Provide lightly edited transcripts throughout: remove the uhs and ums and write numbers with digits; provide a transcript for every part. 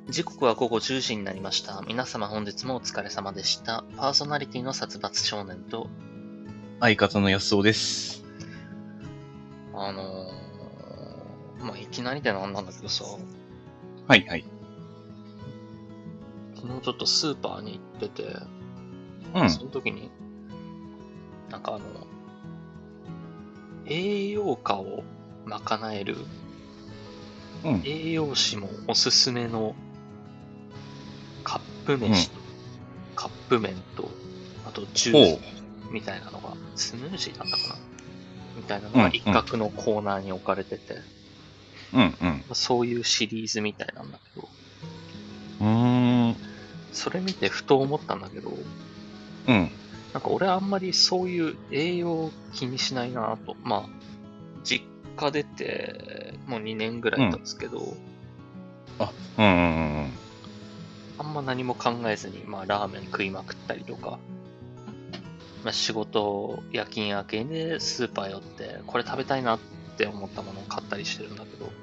時刻は午後10時になりました。皆様本日もお疲れ様でした。パーソナリティの殺伐少年と、 相方の安尾です。 いきなりでなんなんだけどさ、 はいはい。 昨日ちょっとスーパーに行ってて、その時に、栄養価を賄える、栄養士もおすすめのカップ飯と、カップ麺と、あとジュースみたいなのが、スムージーだったかなみたいなのが一角のコーナーに置かれてて、そういうシリーズみたいなんだけど、それ見てふと思ったんだけど、なんか俺あんまりそういう栄養気にしないなと。まあ、実家出てもう2年ぐらい経つけど、あんま何も考えずに、まあラーメン食いまくったりとか、まあ仕事、夜勤明けでスーパー寄って、これ食べたいなって思ったものを買ったりしてるんだけど、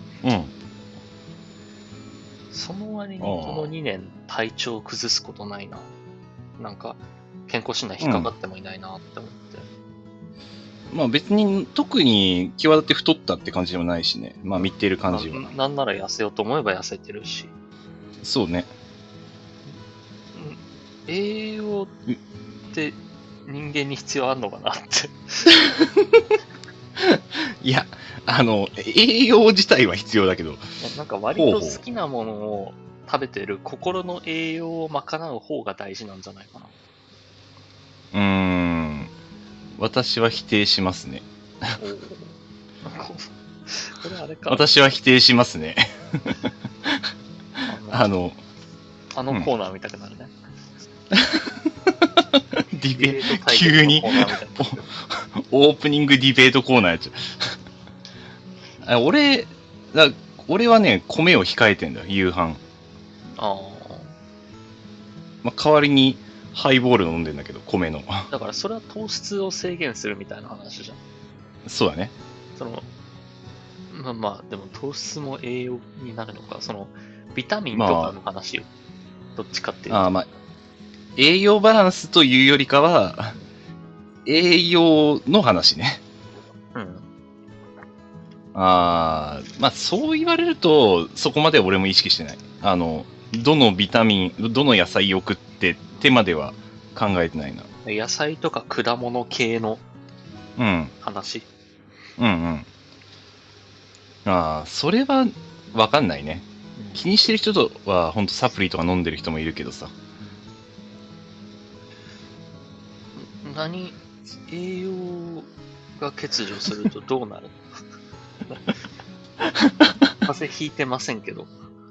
その割にこの2年体調を崩すことないな。なんか、健康診断引っかかってもいないなって思って。 まあ別に特に際立って太ったって感じでもないしね。まあ見てる感じは。 なんなら痩せようと思えば痩せてるし。 そうね。 栄養って人間に必要あんのかなって。 いや、栄養自体は必要だけど。 なんか割と好きなものを食べてる心の栄養を賄う方が大事なんじゃないかな。 私は否定しますね。 これあれか。 私は否定しますね。 あのコーナー見たくなるね。 ディベート急にオープニングディベートコーナーやっちゃう。俺はね、米を控えてんだよ、夕飯。まあ、代わりにハイボール飲んでんだけど、米の。 だからそれは糖質を制限するみたいな話じゃん。 そうだね。 まあ、でも糖質も栄養になるのか、ビタミンとかの話よ。どっちかっていうと。 まあ、栄養バランスというよりかは、栄養の話ね。まあ、そう言われると、そこまで俺も意識してない。どのビタミン、どの野菜を食ってってまでは考えてないな。 野菜とか果物系の話。 それは分かんないね。気にしてる人とは本当サプリとか飲んでる人もいるけどさ。 栄養が欠如するとどうなるの？風邪ひいてませんけど。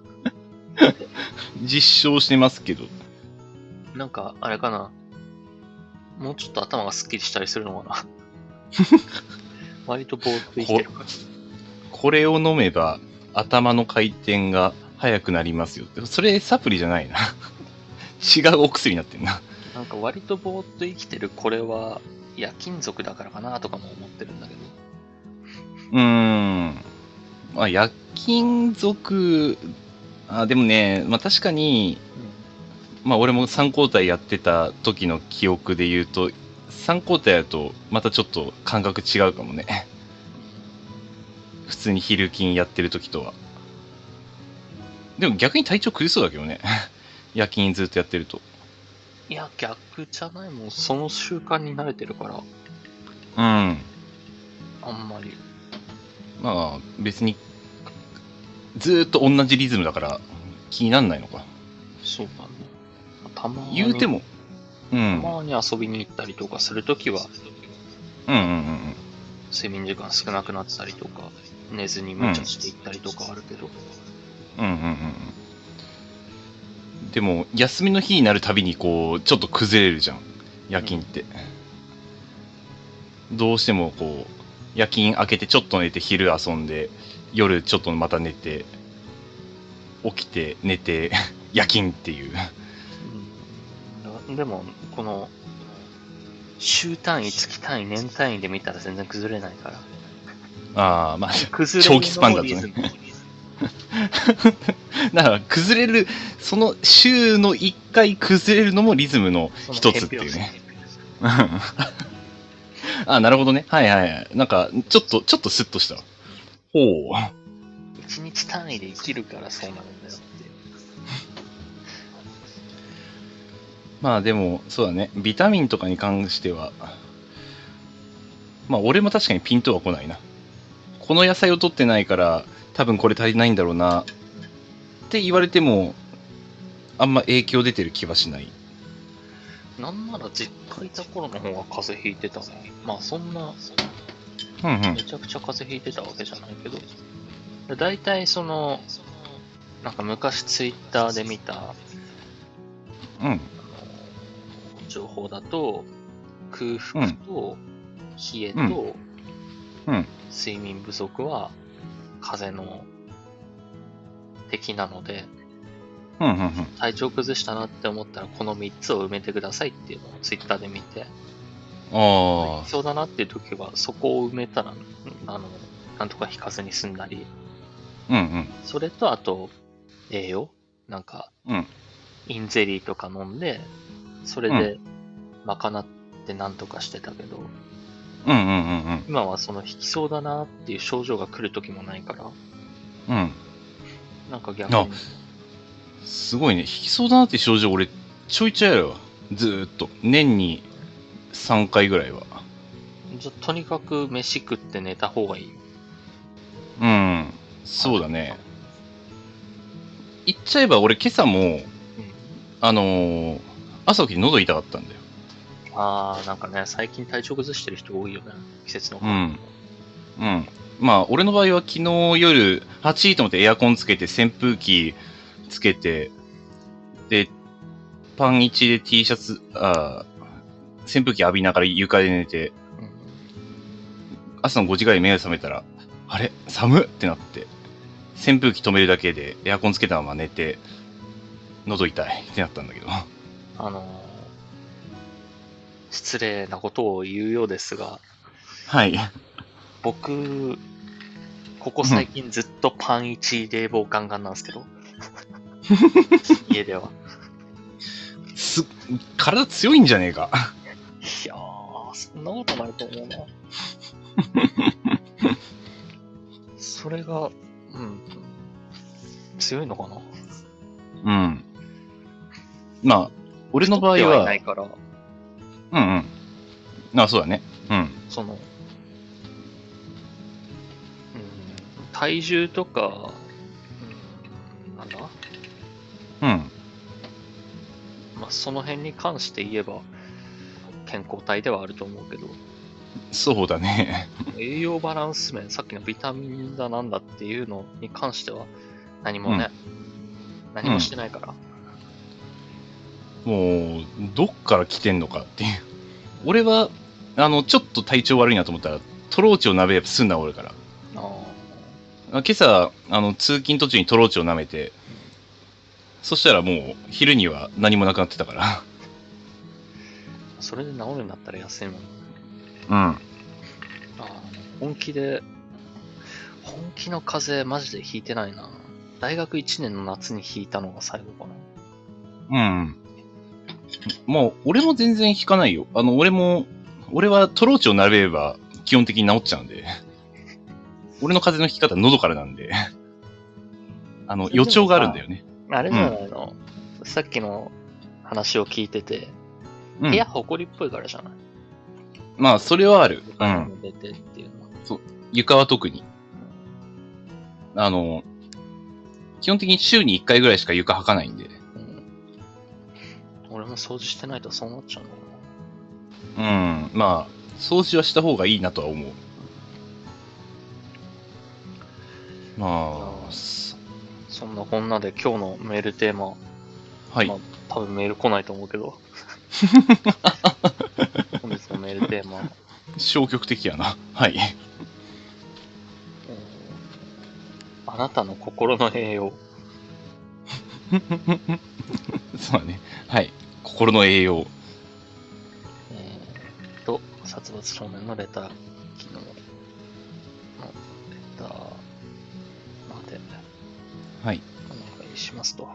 実証してますけど。 なんか、あれかな。もうちょっと頭がスッキリしたりするのかな。割とぼーっと生きてるから。 これを飲めば頭の回転が速くなりますよ。それサプリじゃないな。違うお薬になってるな。 なんか割とぼーっと生きてるこれは夜勤族だからかなとかも思ってるんだけど。 まあ夜勤族、でもね、まあ確かに、まあ俺も3交代やってた時の記憶で言うと、3交代だとまたちょっと感覚違うかもね。普通に昼勤やってる時とは。でも逆に体調崩そうだけどね。夜勤ずっとやってると。 いや、逆じゃないもん。その習慣に慣れてるから。あんまり。 まあ別にずーっと同じリズムだから気になんないのか。 そうだね。たまに。 言うても。 たまに遊びに行ったりとかするときは。睡眠時間少なくなってたりとか、寝ずに無茶していったりとかあるけど。 でも休みの日になるたびにこうちょっと崩れるじゃん、夜勤って。どうしてもこう夜勤明けてちょっと寝て昼遊んで夜ちょっとまた寝て起きて寝て夜勤っていう。 でもこの週単位、月単位、年単位で見たら全然崩れないから。 まあ長期スパンだとね。 だから崩れる、その週の1回崩れるのもリズムの一つっていうね。あ、なるほどね。はいはいはい。なんか、ちょっとスッとしたわ。ほう。 一日単位で生きるからそうなるんだよって。 まあでも、そうだね。ビタミンとかに関しては、まあ俺も確かにピンとは来ないな。この野菜を取ってないから、多分これ足りないんだろうな、って言われても、あんま影響出てる気はしない。 なんなら実家いた頃の方が風邪ひいてたね。まあそんな、めちゃくちゃ風邪ひいてたわけじゃないけど、だいたいその、なんか昔ツイッターで見た、情報だと、空腹と冷えと睡眠不足は風邪の敵なので、体調崩したなって思ったらこの3つを埋めてくださいっていうのをツイッターで見て、そうだなっていう時はそこを埋めたら、なんとか引かずに済んだり、それとあと栄養なんか、インゼリーとか飲んで、それで賄ってなんとかしてたけど、今はその引きそうだなっていう症状が来る時もないから、なんか逆に。 すごいね。引きそうだなって症状俺ちょいちょいあるわ。ずーっと。年に3回ぐらいは。 じゃとにかく飯食って寝た方がいい。 そうだね。言っちゃえば俺今朝も、朝起きて喉痛かったんだよ。 なんかね、最近体調崩してる人多いよね。季節の。 まあ、俺の場合は昨日夜、8時と思ってエアコンつけて扇風機つけて、で、パン1で T シャツ、扇風機浴びながら床で寝て、朝の5時ぐらいに目が覚めたら、あれ寒っってなって、扇風機止めるだけでエアコンつけたまま寝て、喉痛いってなったんだけど。 失礼なことを言うようですが、 はい。 僕、ここ最近ずっとパン1冷房ガンガンなんですけど。家では。 体強いんじゃねえか。 いやー、そんなことないと思うな。それが、強いのかな。 まあ、俺の場合は。 いないから。 そうだね。 その、体重とか、なんだまあ、その辺に関して言えば、健康体ではあると思うけど。 そうだね。 栄養バランス面、さっきのビタミンだなんだっていうのに関しては、何もね、何もしてないから。 もう、どっから来てんのかっていう。俺は、ちょっと体調悪いなと思ったら、トローチを舐めればすんな、俺から。今朝、通勤途中にトローチを舐めて、そしたらもう、昼には何もなくなってたから。 それで治るようになったら安いもん。本気の風邪マジでひいてないな。大学1年の夏にひいたのが最後かな。もう、俺も全然ひかないよ。俺はトローチを舐めれば基本的に治っちゃうんで。俺の風邪のひき方喉からなんで。予兆があるんだよね。 あれじゃないの、さっきの話を聞いてて、部屋ほこりっぽいからじゃない？ まあ、それはある。 出てっていうのは。 そう。床は特に。基本的に週に1回ぐらいしか床履かないんで。 俺も掃除してないとそうなっちゃうのかな。まあ、掃除はした方がいいなとは思う。まあ、 そんなこんなで今日のメールテーマ、 はい。 まあ、多分メール来ないと思うけど。本日のメールテーマ。 消極的やな。はい。 あなたの心の栄養。 そうだね。はい。心の栄養。 殺伐少年のレター機能のレター。待て。 はい。 お願いしますと。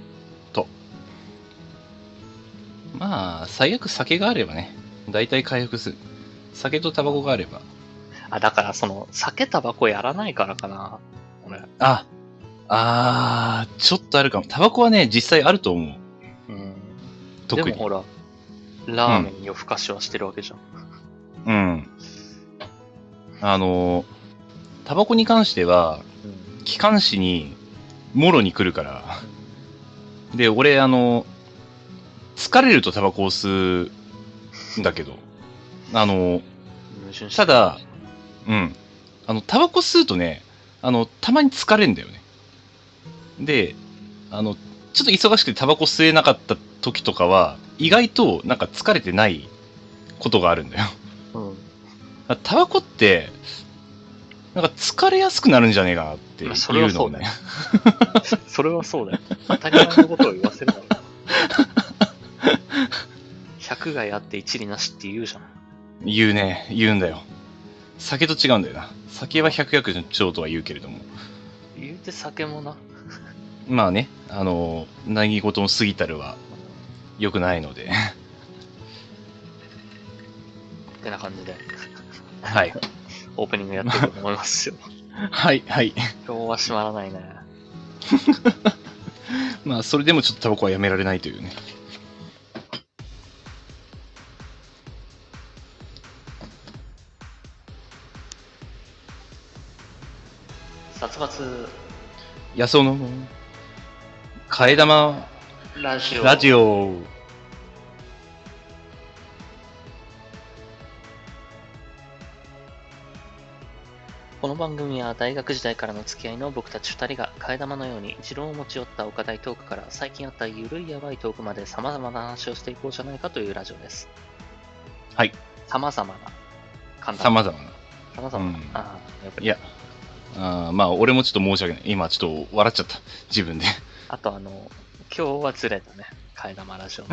まあ、最悪酒があればね、大体回復する。酒とタバコがあれば。 だから酒タバコやらないからかな。俺。 ちょっとあるかも。タバコはね、実際あると思う。特に。 でもほら、ラーメン夜更かしはしてるわけじゃん。 タバコに関しては、気管支に、もろに来るから。で、俺、疲れるとタバコを吸うんだけど、ただ、タバコ吸うとね、たまに疲れんだよね。で、ちょっと忙しくてタバコ吸えなかった時とかは、意外となんか疲れてないことがあるんだよ。タバコって、なんか疲れやすくなるんじゃねえかなっていうのをね。 それはそうだよ。当たり前のことを言わせるだろう。100害あって一理なしって言うじゃん。 言うんだよ。酒と違うんだよな。酒は百薬の長とは言うけれども。 言うて酒もな。 まあね、何事も過ぎたるは良くないので。 ってな感じで。 はい。 オープニングやっていこうと思いますよ。 はい、はい。 今日は閉まらないね。 まあ、それでもちょっとタバコはやめられないというね。 殺伐野草の替え玉ラジオ。 この番組は大学時代からの付き合いの僕たち2人が替え玉のように持論を持ち寄ったお課題トークから最近あったゆるいやばいトークまで様々な話をしていこうじゃないかというラジオです。 はい。 様々な。 様々な。 やっぱり。 いや。まあ、俺もちょっと申し訳ない。今ちょっと笑っちゃった。自分で。 あと今日はずれたね。替え玉ラジオ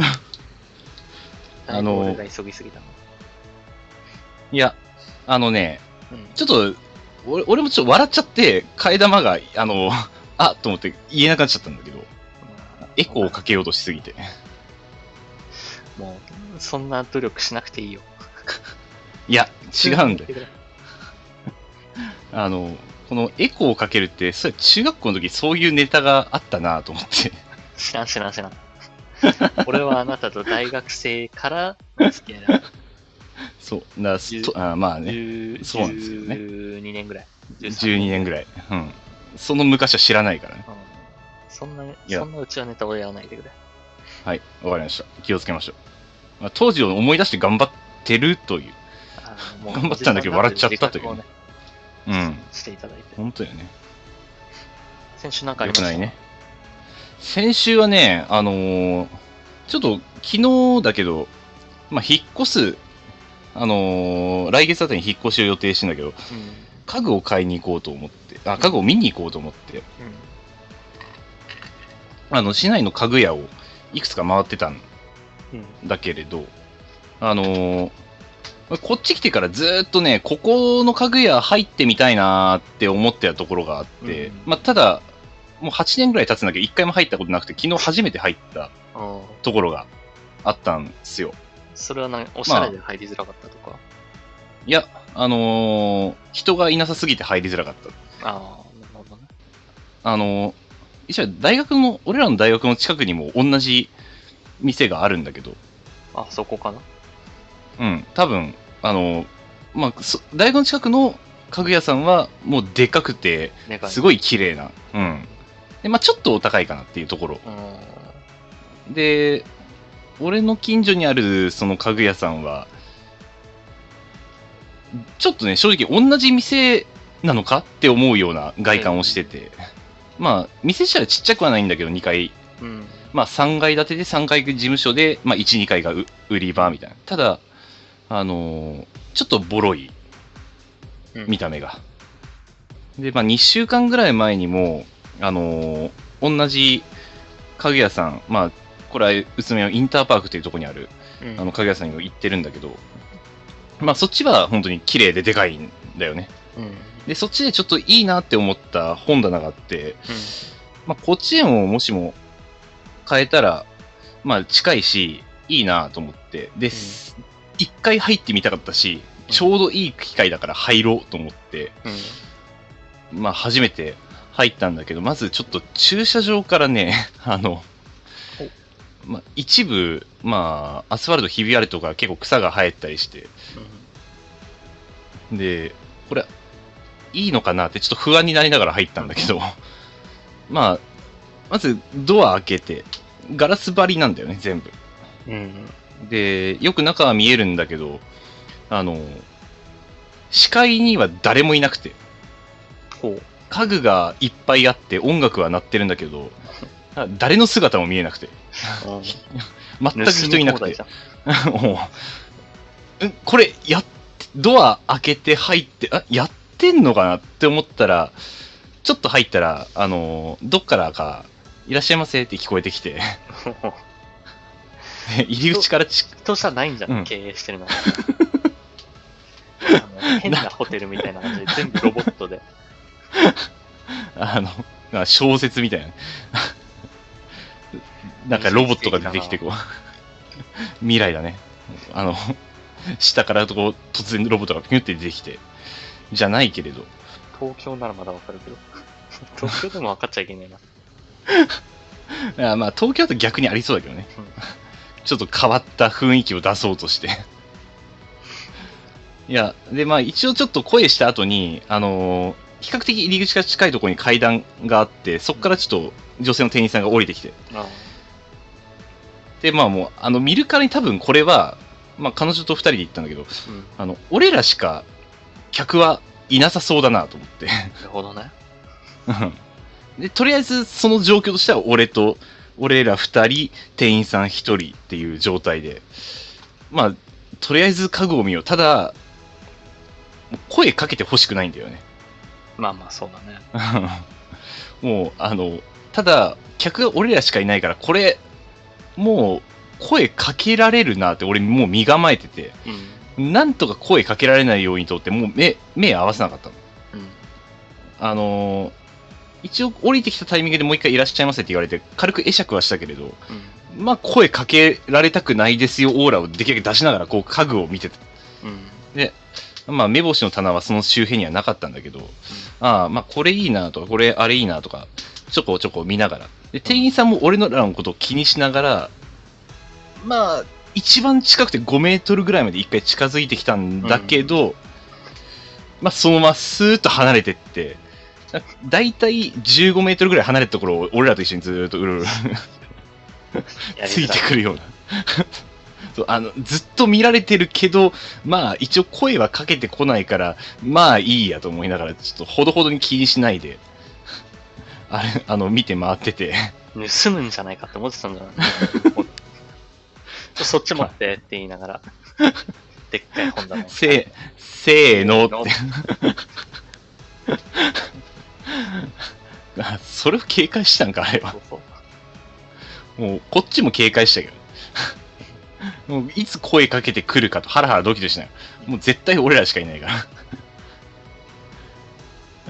の。俺が急ぎすぎたの。 いや、ちょっと、俺もちょっと笑っちゃって、替え玉が、と思って言えなくなっちゃったんだけど、エコーをかけようとしすぎて。 もう、そんな努力しなくていいよ。 いや、違うんだよ。このエコーをかけるって、それ中学校の時そういうネタがあったなと思って。 知らん。俺はあなたと大学生から付き合いだ。 そう。まあね。そうなんですよね。 12年ぐらい。 12年ぐらい。うん。その昔は知らないからね。 そんなうちはネタをやらないでくれ。 はい。わかりました。気をつけましょう。まあ、当時を思い出して頑張ってるという。頑張ったんだけど笑っちゃったという、ね。 していただいて。 本当よね。 先週なんかありました？ よくないね。先週はね、ちょっと昨日だけど、まあ、引っ越す、来月あたりに引っ越しを予定してんだけど、家具を買いに行こうと思って、家具を見に行こうと思って、市内の家具屋をいくつか回ってたんだけれど、こっち来てからずーっとね、ここの家具屋入ってみたいなーって思ってたところがあって、まあ、ただ、もう8年ぐらい経つんだけど、1回も入ったことなくて、昨日初めて入ったところがあったんですよ。 それはおしゃれで入りづらかったとか、 いや、人がいなさすぎて入りづらかった。 なるほどね。 一応俺らの大学の近くにも同じ店があるんだけど。 そこかな？ 多分、まあ、大学の近くの家具屋さんはもうでかくて、すごい綺麗な。で、まあちょっとお高いかなっていうところ。で、俺の近所にあるその家具屋さんは、ちょっとね、正直同じ店なのかって思うような外観をしてて、まあ、店自体はちっちゃくはないんだけど、2階。まあ、3階建てで3階事務所で、まあ、1、2階が売り場みたいな。ただ、ちょっとボロい、見た目が。で、まあ、2週間ぐらい前にも、同じ家具屋さん、まあ、これは宇都宮のインターパークというところにある、家具屋さんにも行ってるんだけど、まあ、そっちは本当に綺麗ででかいんだよね。で、そっちでちょっといいなって思った本棚があって、 まあ、こっちでももしも変えたら、まあ、近いし、いいなと思って、で、一回入ってみたかったし、ちょうどいい機会だから入ろうと思って、まあ、初めて入ったんだけど、まずちょっと駐車場からね、まあ、一部、まあ、アスファルトひび割れとか結構草が生えたりして、で、これ、いいのかなってちょっと不安になりながら入ったんだけど、まあ、まずドア開けて、ガラス張りなんだよね、全部。で、よく中は見えるんだけど、視界には誰もいなくて、家具がいっぱいあって音楽は鳴ってるんだけど、誰の姿も見えなくて。全く人いなくて。これ、ドア開けて入って、やってんのかなって思ったら、ちょっと入ったら、どっからか、いらっしゃいませって聞こえてきて。入り口から人じゃないんじゃん、経営してるの。変なホテルみたいな感じで、全部ロボットで。 小説みたいな。なんかロボットが出てきてこう、未来だね。下からこう突然ロボットがピュンって出てきて、じゃないけれど。 東京ならまだわかるけど、東京でも分かっちゃいけないな。まあ東京だと逆にありそうだけどね。ちょっと変わった雰囲気を出そうとして。いや、でまあ一応ちょっと声した後に、比較的入り口が近いところに階段があって、そこからちょっと女性の店員さんが降りてきて。で、まあもう、見るからに多分これは、まあ彼女と2人で行ったんだけど、俺らしか客はいなさそうだなと思って。なるほどね。 で、とりあえずその状況としては俺ら2人、店員さん1人っていう状態で、まあ、とりあえず家具を見よう。ただ、声かけてほしくないんだよね。 まあまあ、そうだね。もう、ただ、客が俺らしかいないから、これ、もう、声かけられるなって俺もう身構えてて、なんとか声かけられないようにとって、もう目合わせなかったの。一応降りてきたタイミングでもう一回いらっしゃいませって言われて、軽く会釈はしたけれど、まあ声かけられたくないですよオーラをできるだけ出しながらこう家具を見てた。で、まあ目星の棚はその周辺にはなかったんだけど、まあこれいいなとか、これあれいいなとか、ちょこちょこ見ながら。で、店員さんも俺らのことを気にしながら、まあ、一番近くて5メートルぐらいまで一回近づいてきたんだけど、まあそのままスーッと離れてって、だいたい15メートルぐらい離れたところを俺らと一緒にずーっとうろうろついてくるようなそうずっと見られてるけど、まあ一応声はかけてこないから、まあいいやと思いながら、ちょっとほどほどに気にしないで、見て回ってて。 盗むんじゃないかって思ってたんじゃないそっち持ってって言いながら、でっかい本棚を。 せーのって。それを警戒したんか、あれは。もう、こっちも警戒したけど。もういつ声かけてくるかとハラハラドキドキしない。もう絶対俺らしかいないから。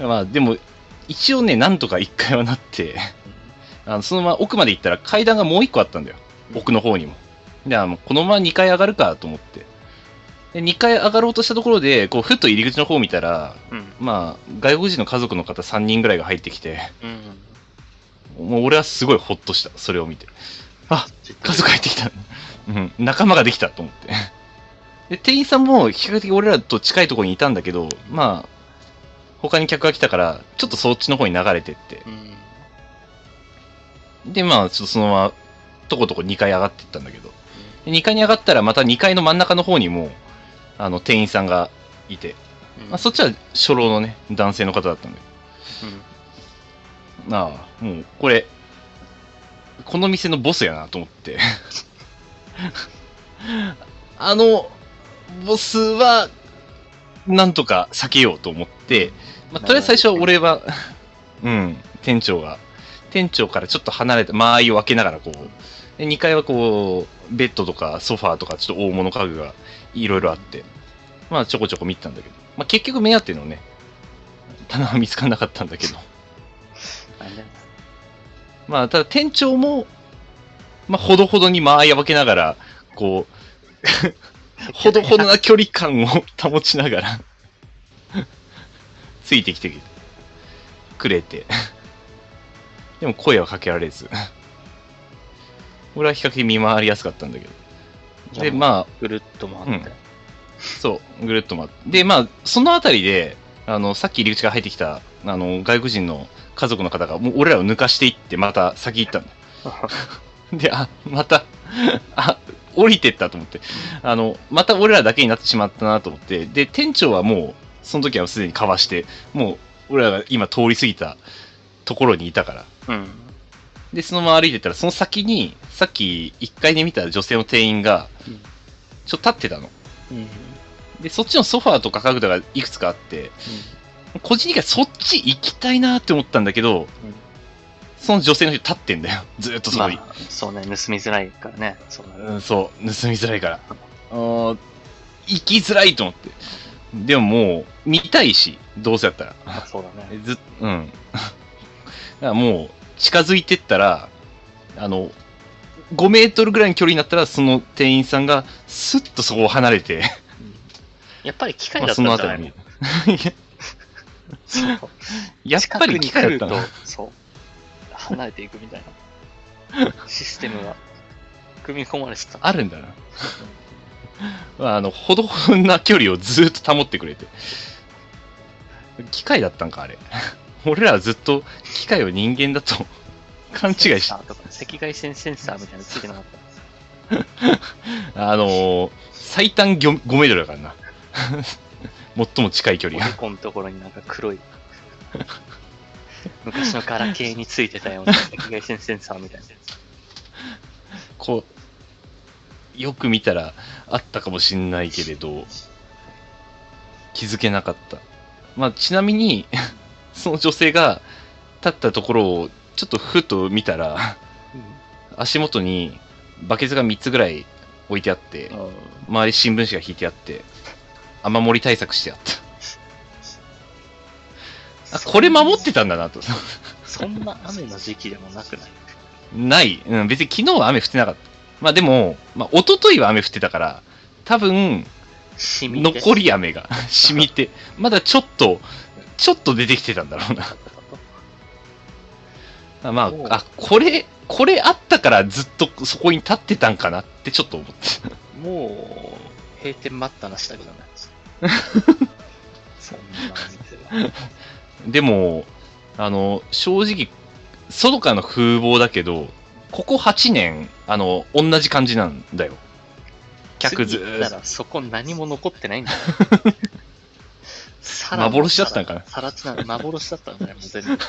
まあ、でも、一応ね、なんとか一回はなって、そのまま奥まで行ったら階段がもう一個あったんだよ。奥の方にも。で、このまま2階上がるかと思って。で、2階上がろうとしたところで、こう、ふっと入り口の方を見たら、まあ、外国人の家族の方3人ぐらいが入ってきて、もう俺はすごいホッとした。それを見て。あ、家族入ってきた。仲間ができたと思って。で、店員さんも比較的俺らと近いところにいたんだけど、まあ、他に客が来たから、ちょっとそっちの方に流れてって。で、まあ、ちょっとそのまま、とことこ2階上がっていったんだけど、2階に上がったらまた2階の真ん中の方にも、店員さんがいて、まあ、そっちは初老のね、男性の方だったんだけど、もう、この店のボスやなと思って、ボスは、なんとか避けようと思って、まあ、とりあえず最初は俺は、店長からちょっと離れて、間合いを空けながらこう、で2階はこう、ベッドとかソファーとかちょっと大物家具がいろいろあって、まあちょこちょこ見てたんだけど、まあ結局目当てのね、棚は見つからなかったんだけど。 まあ、ただ店長も、まあ、ほどほどに間合い分けながら、こう、ほどほどな距離感を保ちながら、ついてきてくれて、でも声はかけられず、俺は比較的見回りやすかったんだけど。で、まあ、 ぐるっと回って。 そう、ぐるっと回って。で、まあ、そのあたりで、さっき入り口から入ってきた、外国人の家族の方が、もう俺らを抜かしていって、また先行ったんだ。で、また、降りてったと思って、また俺らだけになってしまったなと思って、で、店長はもう、その時はすでにかわして、もう、俺らが今通り過ぎたところにいたから。 うん。 で、そのまま歩いてったら、その先に、さっき1階で見た女性の店員が、ちょっと立ってたの。 うん。 で、そっちのソファーとか家具がいくつかあって、個人的にはそっち行きたいなって思ったんだけど、その女性の人立ってんだよ。ずっとそこに。 まあ、そうね、盗みづらいからね。 そう、盗みづらいから。行きづらいと思って。でももう、見たいし、どうせやったら。 そうだね。 だからもう、近づいてったら、5メートルぐらいの距離になったら、その店員さんが、スッとそこを離れて、 やっぱり機械だったんじゃないの？そう。 やっぱり機械だったの？ そう。離れていくみたいなシステムが組み込まれてた。 あるんだな。ほどほどな距離をずっと保ってくれて。機械だったんか、あれ。俺らはずっと機械を人間だと勘違いして。 赤外線センサーみたいなのついてなかった。 最短5メートルだからな。最も近い距離が。 このところになんか黒い昔のガラケーについてたような赤外線センサーみたいなやつ。 こう、よく見たらあったかもしんないけれど、気づけなかった。まあ、ちなみに、その女性が立ったところをちょっとふっと見たら、足元にバケツが3つぐらい置いてあって、周り新聞紙が引いてあって、雨漏り対策してあった。これ守ってたんだなと。 そんな雨の時期でもなくない？ ない。別に昨日は雨降ってなかった。まあでも、一昨日は雨降ってたから、多分、残り雨が染みて、まだちょっと出てきてたんだろうな。まあ、これあったからずっとそこに立ってたんかなってちょっと思って。 もう、閉店待ったなしたけどね。そんな店は。 でも、正直、外からの風貌だけど、ここ8年、同じ感じなんだよ。客ずーっと。だからそこ何も残ってないんだよ。 幻だったんかな。 幻だったんだよ、もう全部。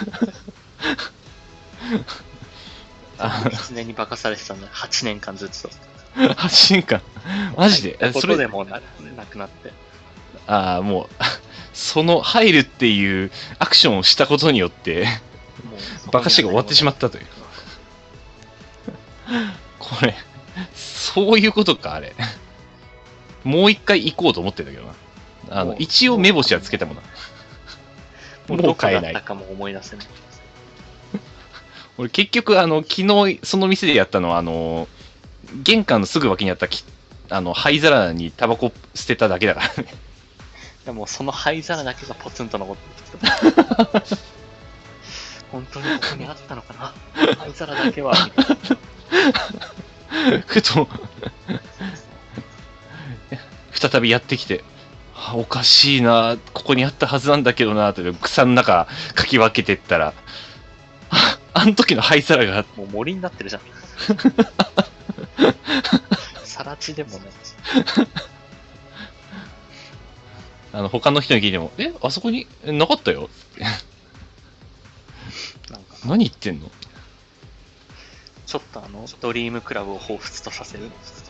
狐に化かされてたんだよ、8年間ずっと。 8年間マジでそれでもなくなって。 もう、その入るっていうアクションをしたことによって、バカしが終わってしまったという。これ、そういうことか、あれ。もう一回行こうと思ってんだけどな。一応目星はつけたもんな。もう買えない。 どこだったかも思い出せない。 俺結局、昨日、その店でやったのは、玄関のすぐ脇にあった灰皿にタバコ捨てただけだからね。 でもその灰皿だけがポツンと残ってきた。本当にここにあったのかな、灰皿だけは。 ふと、再びやってきて、おかしいな、ここにあったはずなんだけどな、って草の中かき分けてったら、あの時の灰皿が。 もう森になってるじゃん。さら地でもね。 他の人に聞いても、あそこになかったよってなんか何言ってんの？ ちょっとドリームクラブを彷彿とさせる。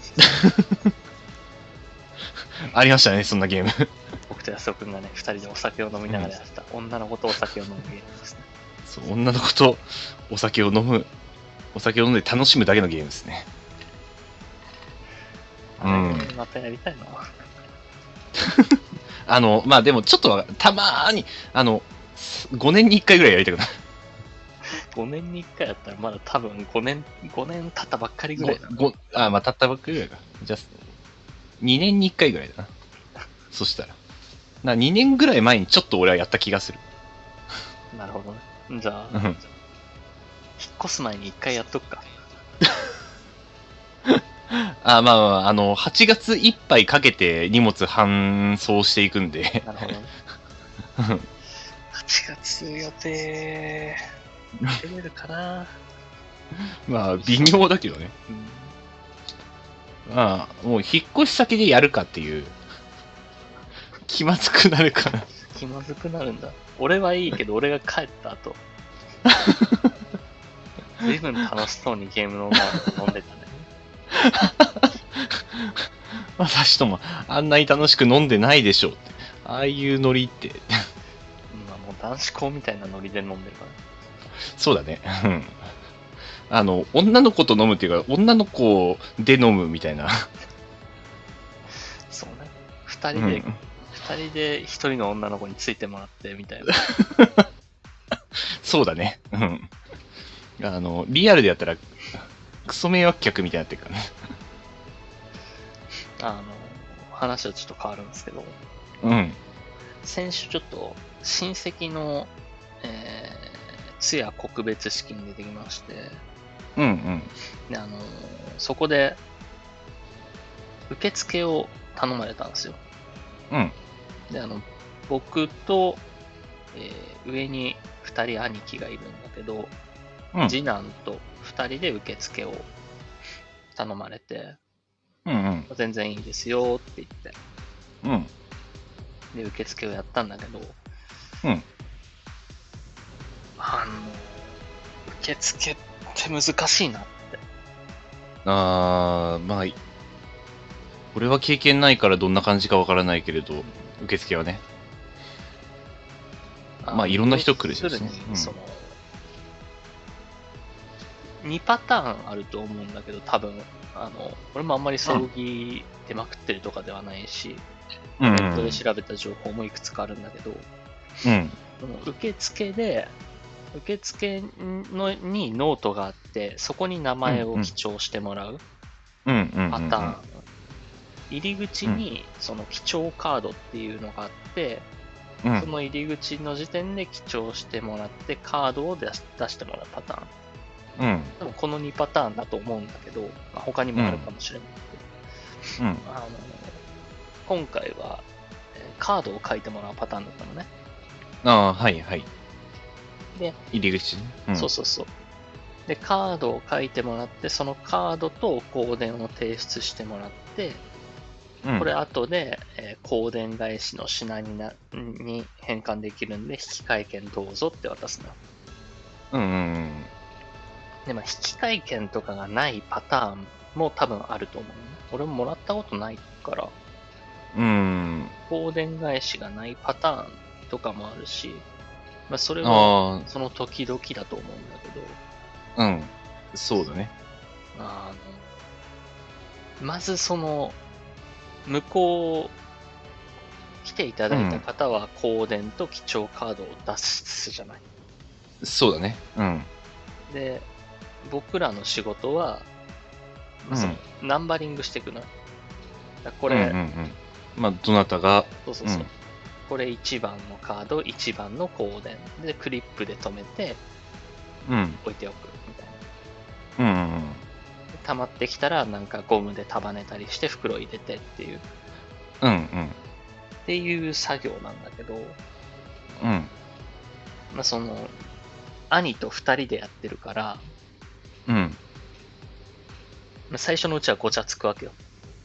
ありましたね、そんなゲーム。 僕と安尾くんがね、2人でお酒を飲みながらやった女の子とお酒を飲むゲームですね。 そう、女の子とお酒を飲んで楽しむだけのゲームですね。 またやりたいな。 まあでもちょっとたまーに、5年に1回ぐらいやりたくない。 5年に1回やったらまだ多分5年経ったばっかりぐらいだな。まあ経ったばっかりぐらいか。じゃあ、2年に1回ぐらいだな。そしたら。2年ぐらい前にちょっと俺はやった気がする。 なるほどね。じゃあ、引っ越す前に1回やっとくか。 まあ、8月いっぱいかけて荷物搬送していくんで。 なるほどね。8月予定、出れるかな。 まあ、微妙だけどね。まあ、もう引っ越し先でやるかっていう。気まずくなるかな。 気まずくなるんだ。俺はいいけど、俺が帰った後。随分楽しそうにゲームの飲んでたね。 私ともあんなに楽しく飲んでないでしょうって。ああいうノリって。 まあもう男子校みたいなノリで飲んでるから。 そうだね。女の子と飲むっていうか、女の子で飲むみたいな。 そうね。二人で一人の女の子についてもらってみたいな。 そうだね。リアルでやったら、クソ迷惑客みたいになってるからね。 話はちょっと変わるんですけど、先週ちょっと親戚の、通夜告別式に出てきまして、でそこで受付を頼まれたんですよ。で僕と、上に2人兄貴がいるんだけど、次男と2人で受付を頼まれて、全然いいですよって言って、で受付をやったんだけど、受付って難しいなって。 まあ、俺は経験ないからどんな感じかわからないけれど、受付はね。まあ、いろんな人来るしね。 2パターンあると思うんだけど、多分、俺もあんまり葬儀出まくってるとかではないし、ネットで調べた情報もいくつかあるんだけど、受付にノートがあって、そこに名前を記帳してもらうパターン。入り口にその記帳カードっていうのがあって、その入り口の時点で記帳してもらって、カードを出してもらうパターン。でもこの2パターンだと思うんだけど、他にもあるかもしれないけど、今回はカードを書いてもらうパターンだったのね。 はいはい。で、入り口ね。 そうそうそう。で、カードを書いてもらって、そのカードと香典を提出してもらって、これ後で、香典返しの品に変換できるんで、引換券どうぞって渡すの。で、引換券とかがないパターンも多分あると思う、ね。俺ももらったことないから、香典返しがないパターンとかもあるし、それはその時々だと思うんだけど、 そうだね。 まずその、向こう、来ていただいた方は香典と記帳カードを出すじゃない。 そうだね。 で、僕らの仕事は、そのナンバリングしていくの。これ、 どなたが、 そう。これ1番のカード、1番の香典でクリップで留めて、置いておくみたいな。溜まってきたらなんかゴムで束ねたりして袋入れてっていう。っていう作業なんだけど、その、兄と2人でやってるから、最初のうちはごちゃつくわけよ。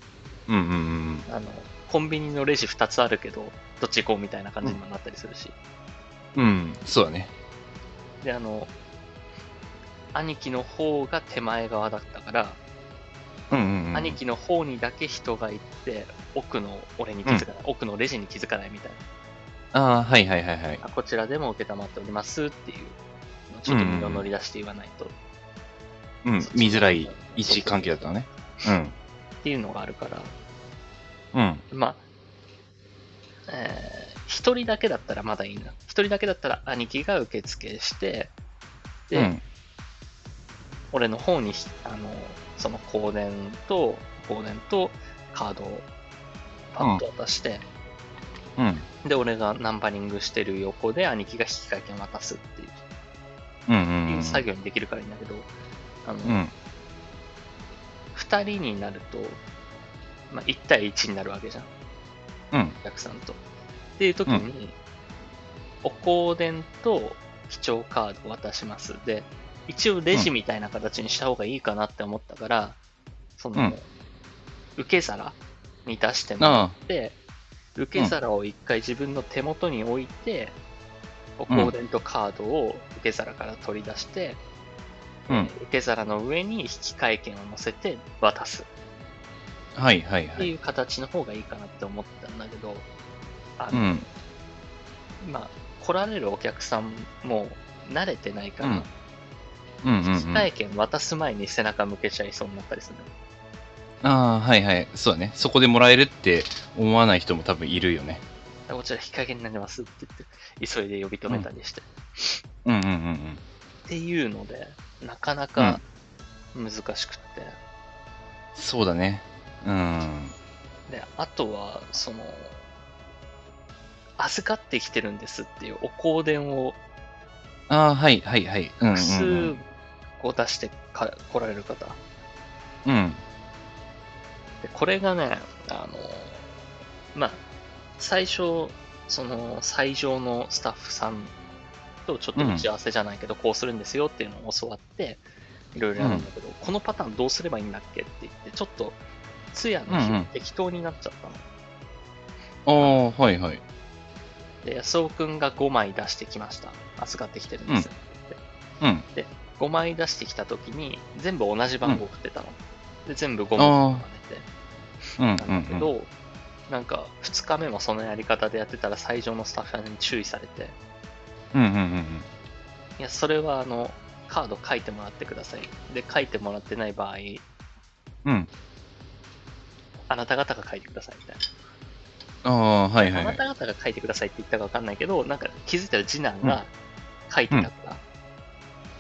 コンビニのレジ2つあるけど、どっち行こうみたいな感じにもなったりするし。 そうだね。 で、兄貴の方が手前側だったから、兄貴の方にだけ人が行って、奥の俺に気づかない、奥のレジに気づかないみたいな。はい。 こちらでも受けたまっておりますっていう、ちょっと身を乗り出して言わないと。 見づらい位置関係だったのね。 っていうのがあるから、一人だけだったらまだいいな。一人だけだったら兄貴が受付して、 で、俺の方に、その香典とカードをパッと渡して、で、俺がナンバリングしてる横で兄貴が引換券を渡すっていう、いう作業にできるからいいんだけど、2人になると、まあ、1対1になるわけじゃん。お客さんと。っていう時に、お香典と基調カードを渡します。で、一応レジみたいな形にした方がいいかなって思ったから、その、受け皿に出してもらって、受け皿を一回自分の手元に置いて、お香典とカードを受け皿から取り出して、受け皿の上に引換券を乗せて渡す。 はいはいはい。 っていう形の方がいいかなって思ったんだけど、まあ、来られるお客さんも慣れてないから、引換券渡す前に背中向けちゃいそうになったりする。 はいはい。そうだね。そこでもらえるって思わない人も多分いるよね。 こちら引換券になりますって言って、急いで呼び止めたりして。っていうので、なかなか難しくって。 そうだね。 で、あとは、預かってきてるんですっていうお香典を、 はいはいはい。 複数を出して来られる方。で、これがね、まあ、最初、最上のスタッフさんとちょっと打ち合わせじゃないけど、こうするんですよっていうのを教わって、いろいろやるんだけど、このパターンどうすればいいんだっけって言って、ちょっと、通夜の日適当になっちゃったの。 はいはい。 で、安尾くんが5枚出してきました。預かってきてるんですって。で、5枚出してきたときに、全部同じ番号振ってたの。で、全部5枚振って。なんだけど、なんか、2日目もそのやり方でやってたら、最上のスタッフさんに注意されて、いや、それはカード書いてもらってください。で、書いてもらってない場合、あなた方が書いてくださいみたいな。 はいはい。 あなた方が書いてくださいって言ったかわかんないけど、なんか気づいたら次男が書いてたから、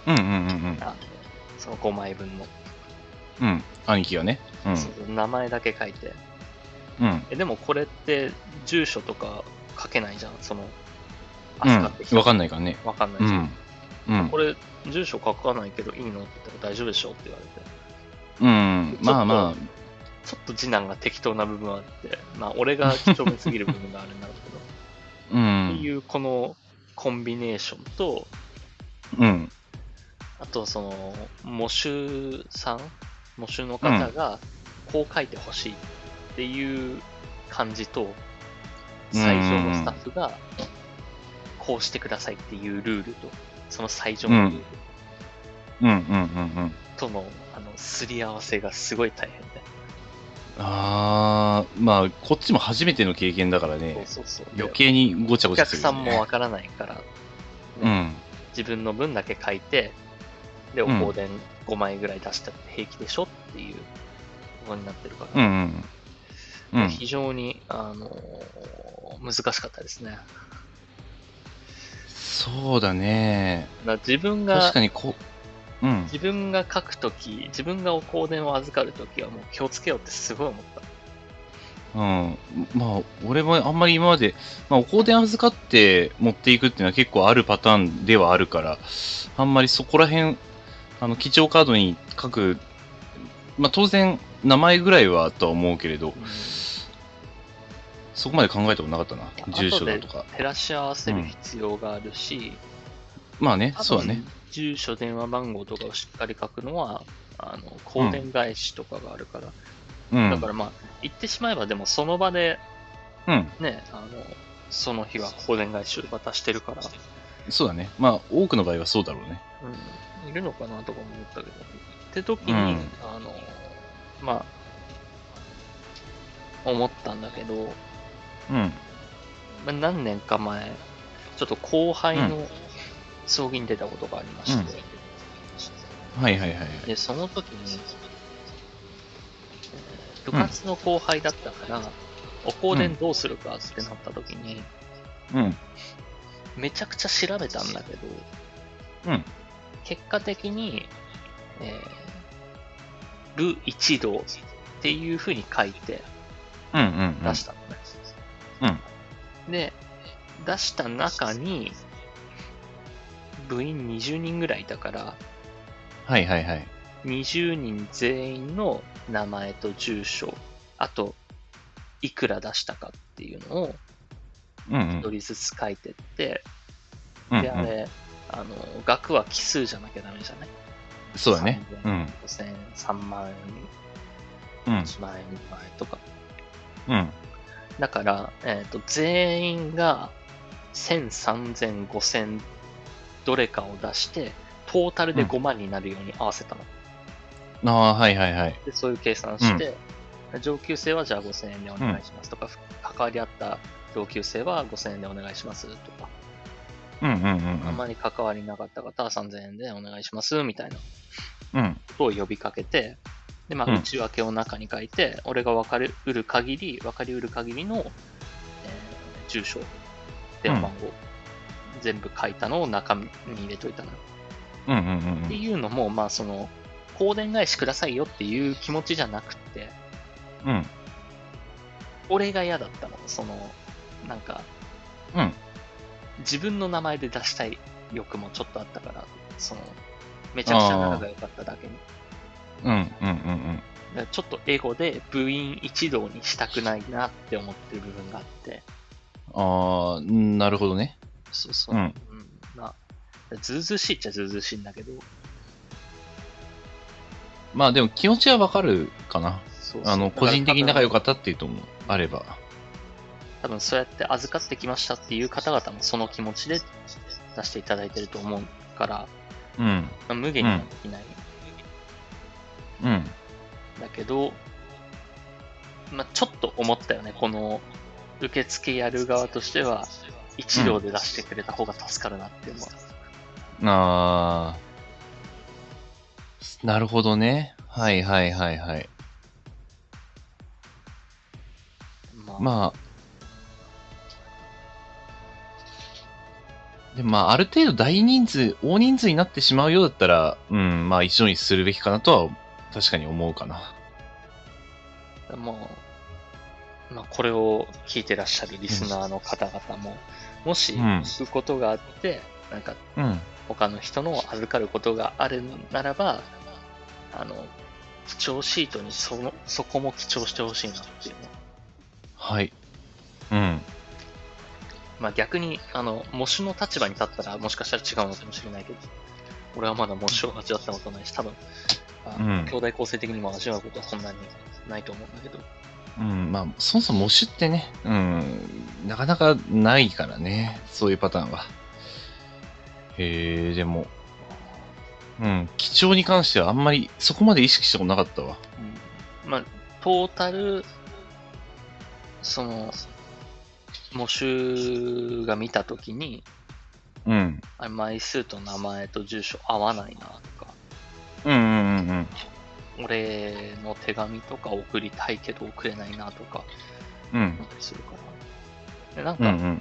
その5枚分の。 兄貴がね。 そう名前だけ書いて。でもこれって住所とか書けないじゃん、預かってきた。 わかんないからね。 わかんないじゃん。これ、住所書かないけどいいのって言ったら大丈夫でしょって言われて。まあまあ。ちょっと次男が適当な部分はあって、まあ俺が几帳面すぎる部分があるんだろうけど。っていうこのコンビネーションと、あと喪主の方がこう書いてほしいっていう感じと、最上のスタッフがこうしてくださいっていうルールと、その最上のルールとのすり合わせがすごい大変で。 まあこっちも初めての経験だからね。余計にごちゃごちゃする、ね。 お客さんもわからないから、自分の分だけ書いて、でお香典5枚ぐらい出したって平気でしょっていうことになってるから、非常に難しかったですね。 そうだね。 自分が確かに自分が書くとき、自分がお香典を預かるときはもう気をつけようってすごい思った。 まあ、俺もあんまり今まで、お香典預かって持っていくっていうのは結構あるパターンではあるから、あんまりそこら辺、基調カードに書く、当然、名前ぐらいはとは思うけれど、そこまで考えたことなかったな、住所だとか。 照らし合わせる必要があるし、 まあね、そうだね。 住所、電話番号とかをしっかり書くのは、香典返しとかがあるから。だからまあ、言ってしまえばでもその場で、ね、その日は香典返しを渡してるから。 そうだね。まあ、多くの場合はそうだろうね。 いるのかなとか思ったけど。って時に、まあ、思ったんだけど、何年か前、ちょっと後輩の葬儀に出たことがありまして、で、その時に、部活の後輩だったから、お香典どうするかってなった時に、めちゃくちゃ調べたんだけど、 結果的に、ル一同っていう風に書いて出したのね。で、出した中に、部員20人ぐらいいたから、 はいはいはい。 20人全員の名前と住所、あと、いくら出したかっていうのを、一人ずつ書いてって、で、あれ、額は奇数じゃなきゃダメじゃない？ そうだね。 5000円、3万円、1万円、2万円とか。だから、全員が1000、3000、5000どれかを出して、トータルで5万になるように合わせたの。 はいはいはい。 で、そういう計算して、上級生はじゃあ5000円でお願いしますとか、関わり合った同級生は5000円でお願いしますとか、あんまり関わりなかった方は3000円でお願いしますみたいなことを呼びかけて、で、内訳を中に書いて、俺が分かりうる限りの、住所、電話番号、全部書いたのを中身に入れといたの。っていうのも、香典返しくださいよっていう気持ちじゃなくて、俺が嫌だったの。自分の名前で出したい欲もちょっとあったから、めちゃくちゃ仲が良かっただけに。ちょっとエゴで部員一同にしたくないなって思ってる部分があって。 なるほどね。 そうそう。ずうずうしいっちゃずうずうしいんだけど。 まあでも気持ちはわかるかな。個人的に仲良かったっていうともあれば。 多分そうやって預かってきましたっていう方々もその気持ちで出していただいてると思うから、無限にはできない。だけど、ちょっと思ったよね。この受付やる側としては、一両で出してくれた方が助かるなって思う。 なるほどね。はいはいはいはい。でもある程度大人数になってしまうようだったら、一緒にするべきかなとは確かに思うかな。 これを聞いてらっしゃるリスナーの方々も、もし聞くことがあって、他の人のを預かることがあるならば、記帳シートにそこも記帳してほしいなっていうの。 はい。 逆に、模試の立場に立ったらもしかしたら違うのかもしれないけど、俺はまだ模試を味わったことないし、多分、兄弟構成的にも味わうことはそんなにないと思うんだけど。 そもそも模試ってね、なかなかないからね、そういうパターンは。でも、記帳に関してはあんまりそこまで意識したことなかったわ。 トータル、模試が見たときに、枚数と名前と住所合わないなとか、俺の手紙とか送りたいけど送れないなとか、思ったりするから。で、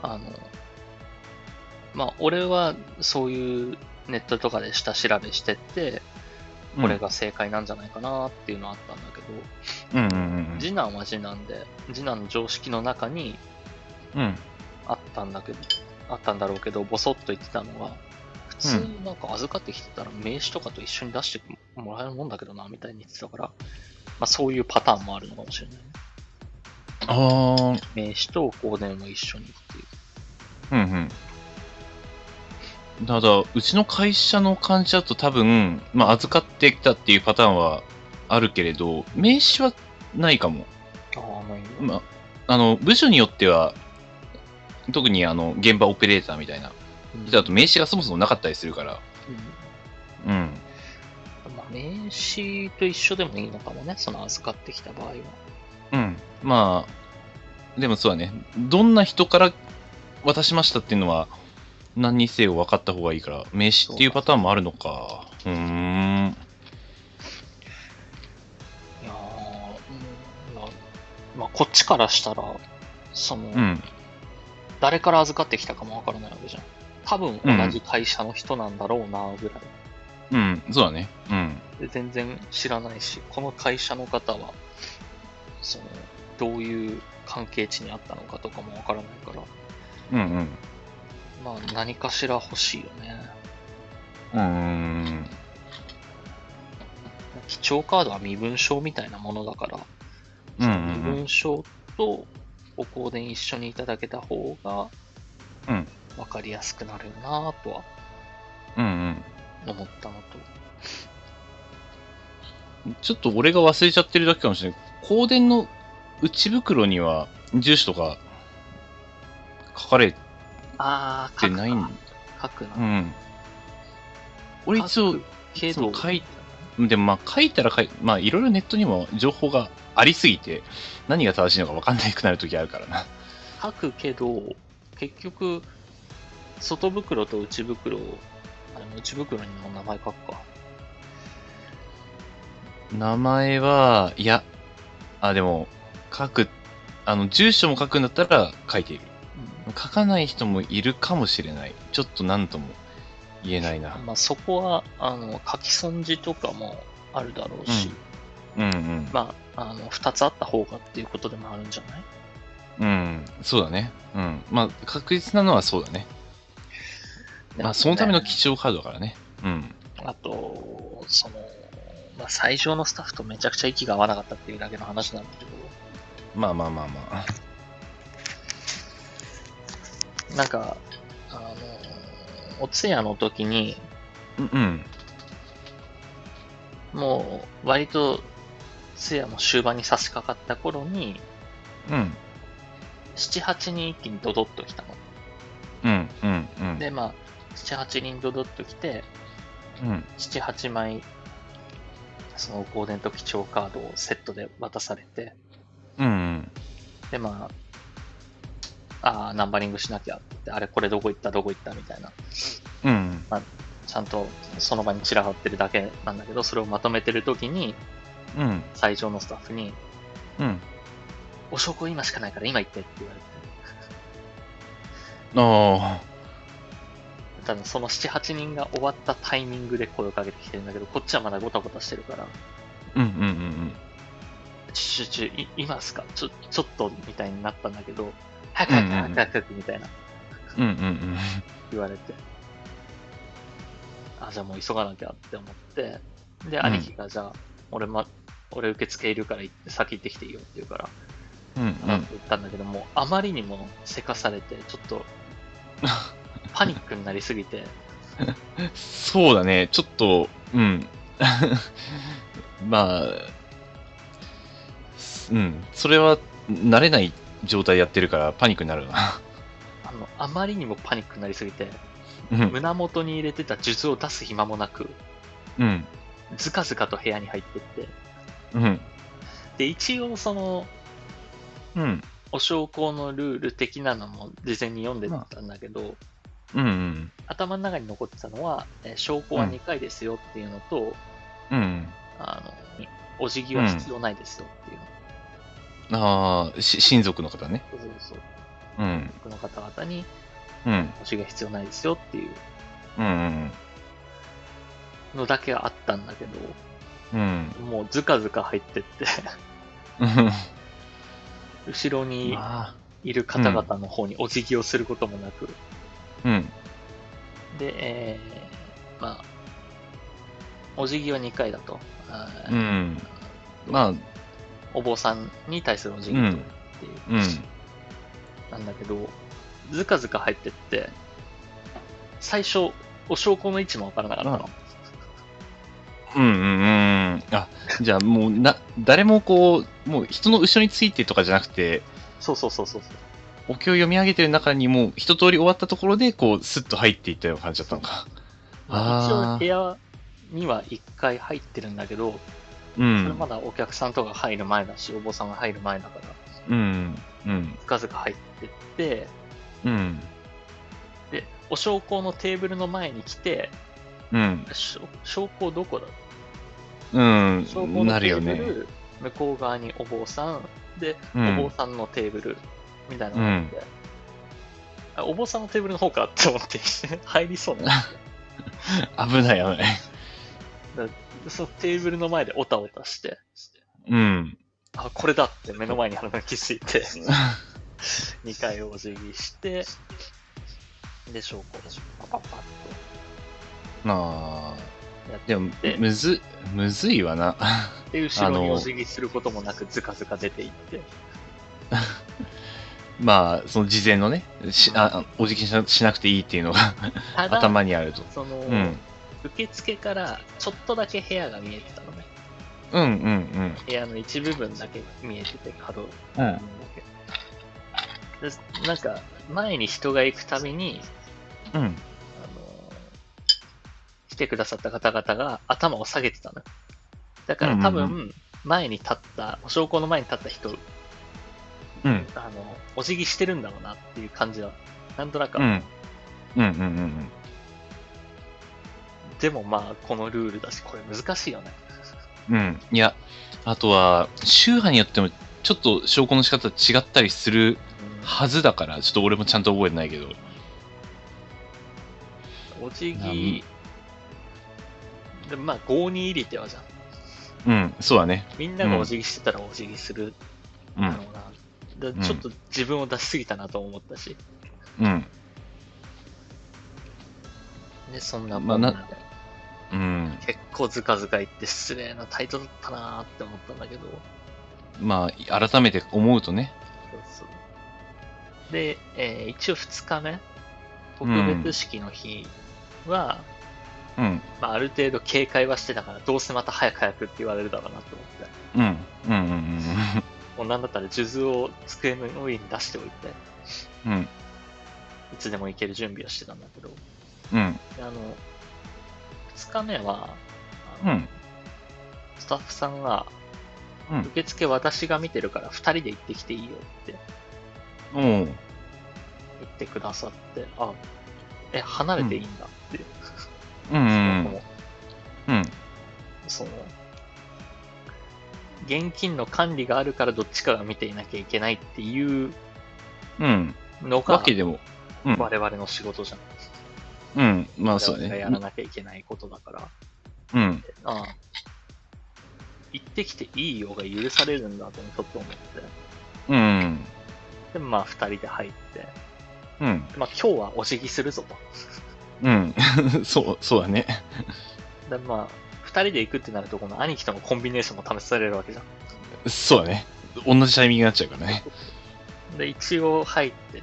俺はそういうネットとかで下調べしてって、これが正解なんじゃないかなっていうのはあったんだけど、次男は次男で、次男の常識の中にあったんだろうけど、ボソッと言ってたのが、普通預かってきてたら名刺とかと一緒に出してもらえるもんだけどな、みたいに言ってたから、そういうパターンもあるのかもしれないね。名刺と香典も一緒にっていう。 ただ、うちの会社の感じだと多分、預かってきたっていうパターンはあるけれど、名刺はないかも。ないんだ。部署によっては、特に現場オペレーターみたいな。だと名刺がそもそもなかったりするから。 名刺と一緒でもいいのかもね、その預かってきた場合は。でもそうだね。どんな人から渡しましたっていうのは、何にせよ分かった方がいいから、名刺っていうパターンもあるのか。 いやこっちからしたら、誰から預かってきたかも分からないわけじゃん。 多分同じ会社の人なんだろうな、ぐらい。 うん、そうだね。うん。 で全然知らないし、この会社の方は、どういう関係値にあったのかとかもわからないから、 うんうん。 まあ何かしら欲しいよね。記帳カードは身分証みたいなものだから、その身分証とお香典一緒にいただけた方が、わかりやすくなるよなとは、思ったのと。 ちょっと俺が忘れちゃってるだけかもしれない。香典の内袋には住所とか書かれてないんだ。 書くな。 俺一応、 けど、 でもまあ書いたらまあいろいろネットにも情報がありすぎて、何が正しいのか分かんなくなるときあるからな。 書くけど、結局、外袋と内袋、内袋にも名前書くか。 名前は、いや、でも、住所も書くんだったら書いている。書かない人もいるかもしれない。ちょっと何とも言えないな。 まあそこは、書き損じとかもあるだろうし、まあ、二つあった方がっていうことでもあるんじゃない？ そうだね。まあ、確実なのはそうだね。まあ、そのための貴重カードだからね。 あと、まあ、最上のスタッフとめちゃくちゃ息が合わなかったっていうだけの話なんだけど。 まあ。 なんか、お通夜の時に、もう、割と、通夜も終盤に差し掛かった頃に、7、8人一気にドドッと来たの。で、まあ、7、8人ドドッと来て、7、8枚、その香典と記帳カードをセットで渡されて、で、まあ、ナンバリングしなきゃって、あれこれどこ行ったみたいな。まあ、ちゃんとその場に散らばってるだけなんだけど、それをまとめてる時に、最上のスタッフに、お証拠今しかないから今行ってって言われて。多分その7、8人が終わったタイミングで声をかけてきてるんだけど、こっちはまだゴタゴタしてるから、今っすかちょっとみたいになったんだけど、早くみたいな。言われて。じゃあもう急がなきゃって思って、で、兄貴がじゃあ、俺受付いるから先行ってきていいよって言うから、言ったんだけども、あまりにもせかされて、ちょっと、パニックになりすぎて。 そうだね、ちょっと、まあ、それは慣れない状態やってるからパニックになるな。 あまりにもパニックになりすぎて、胸元に入れてた数珠を出す暇もなく、ずかずかと部屋に入ってって、で、一応お焼香のルール的なのも事前に読んでたんだけど、頭の中に残ってたのは、焼香は2回ですよっていうのと、お辞儀は必要ないですよっていうの。親族の方ね。 そう。僕の方々に、お辞儀が必要ないですよっていうのだけはあったんだけど、もうずかずか入ってって後ろにいる方々の方にお辞儀をすることもなく、で、まあ、お辞儀は2回だと。 まあ、 お坊さんに対するお辞儀とっていう、なんだけど、ずかずか入ってって、最初、お焼香の位置もわからなかったの。 じゃあもう誰ももう人の後ろについてとかじゃなくて、 そう。 お経を読み上げてる中にもう一通り終わったところで、スッと入っていったような感じだったのか。 一応部屋には1回入ってるんだけど、それまだお客さんとか入る前だし、お坊さんが入る前だから、ずかずか入ってって、で、お焼香のテーブルの前に来て、焼香どこだ？焼香のテーブル、向こう側にお坊さん、で、お坊さんのテーブルみたいなのがあって、 お坊さんのテーブルの方かって思って入りそうな。 危ない危ない。 そのテーブルの前でオタオタして、 うん。 あ、これだって目の前にあるのに気づいて、2回お辞儀して、で、証拠でパパパッああ。 とやって、 でも、むずいわな。 で、後ろにお辞儀することもなく、ずかずか出ていって。 まあ、その事前のね、お辞儀しなくていいっていうのが頭にあると。 受付からちょっとだけ部屋が見えてたのね。 うんうんうん。 部屋の一部分だけ見えてて、角部分だけ。で、なんか、前に人が行くたびに、来てくださった方々が頭を下げてたの。だから多分、前に立った、お焼香の前に立った人、お辞儀してるんだろうなっていう感じは、なんとなく。でもまあ、このルールだし、これ難しいよね。 いや、あとは、宗派によっても、ちょっと証拠の仕方違ったりするはずだから、ちょっと俺もちゃんと覚えてないけど。 お辞儀、でまあ、郷に入り手はじゃん。そうだね。 みんながお辞儀してたらお辞儀するだろうな。ちょっと自分を出しすぎたなと思ったし。で、そんなもんで。結構ズカズカ言って失礼なタイトルだったなーって思ったんだけど。 まあ、改めて思うとね。 そうで、一応2日目、特別式の日は、まあ、ある程度警戒はしてたから、どうせまた早くって言われるだろうなと思って。もうなんだったら数珠を机の上に出しておいて、いつでも行ける準備をしてたんだけど、2日目は、スタッフさんが、受付私が見てるから2人で行ってきていいよって言ってくださって、離れていいんだって。その、現金の管理があるからどっちかが見ていなきゃいけないっていうのが、我々の仕事じゃん。まあそうね。やらなきゃいけないことだから。行ってきていいよが許されるんだとちょっと思って。で、まあ2人で入って。まあ今日はお辞儀するぞと。 そうだね。 で、まあ、2人で行くってなると、この兄貴とのコンビネーションも試されるわけじゃん。 そうだね。同じタイミングになっちゃうからね。 で、一応入ってって、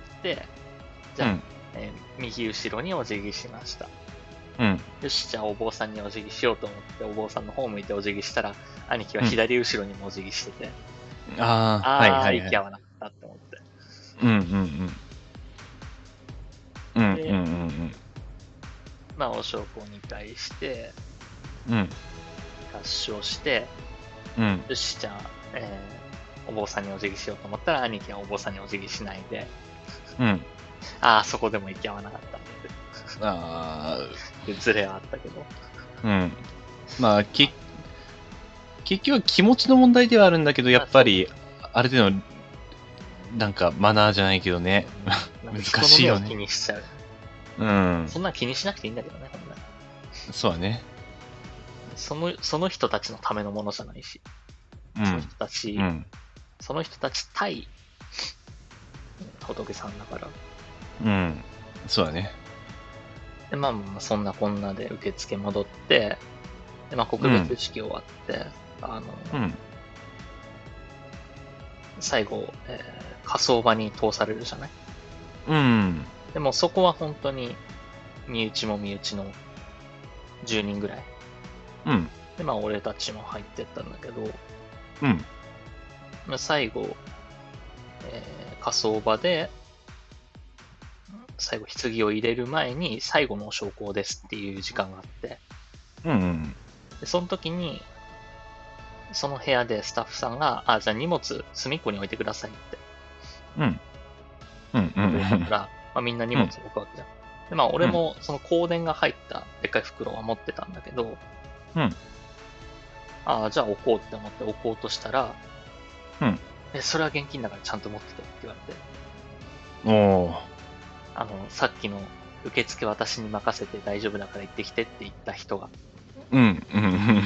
じゃあ、右後ろにお辞儀しました。よし、じゃあお坊さんにお辞儀しようと思って、お坊さんの方向いてお辞儀したら、兄貴は左後ろにもお辞儀してて、息合わなかったって思って。まあ、お焼香に対して、合唱して、よし、じゃあ、お坊さんにお辞儀しようと思ったら、兄貴はお坊さんにお辞儀しないで、そこでも息合わなかったって。ズレはあったけど。 まあ、結局は気持ちの問題ではあるんだけど、やっぱり、ある程度の、なんかマナーじゃないけどね、難しいよね。 気にしちゃう。そんな気にしなくていいんだけどね、ほんなら。 そうだね。 その人たちのためのものじゃないし。その人たち対仏さんだから。 そうだね。 で、まあ、そんなこんなで受付戻って、で、まあ、告別式終わって、最後、火葬場に通されるじゃない。でもそこは本当に、身内も身内の10人ぐらい。で、まあ、俺たちも入ってったんだけど、最後、火葬場で、最後、棺を入れる前に、最後のお焼香ですっていう時間があって、でその時に、その部屋でスタッフさんが、じゃあ荷物隅っこに置いてくださいって。だから、みんな荷物置くわけじゃん。で、まあ、俺もその香典が入ったでっかい袋は持ってたんだけど、じゃあ置こうって思って置こうとしたら、それは現金だからちゃんと持っててって言われて。 さっきの受付私に任せて大丈夫だから行ってきてって言った人が。 うん、うん、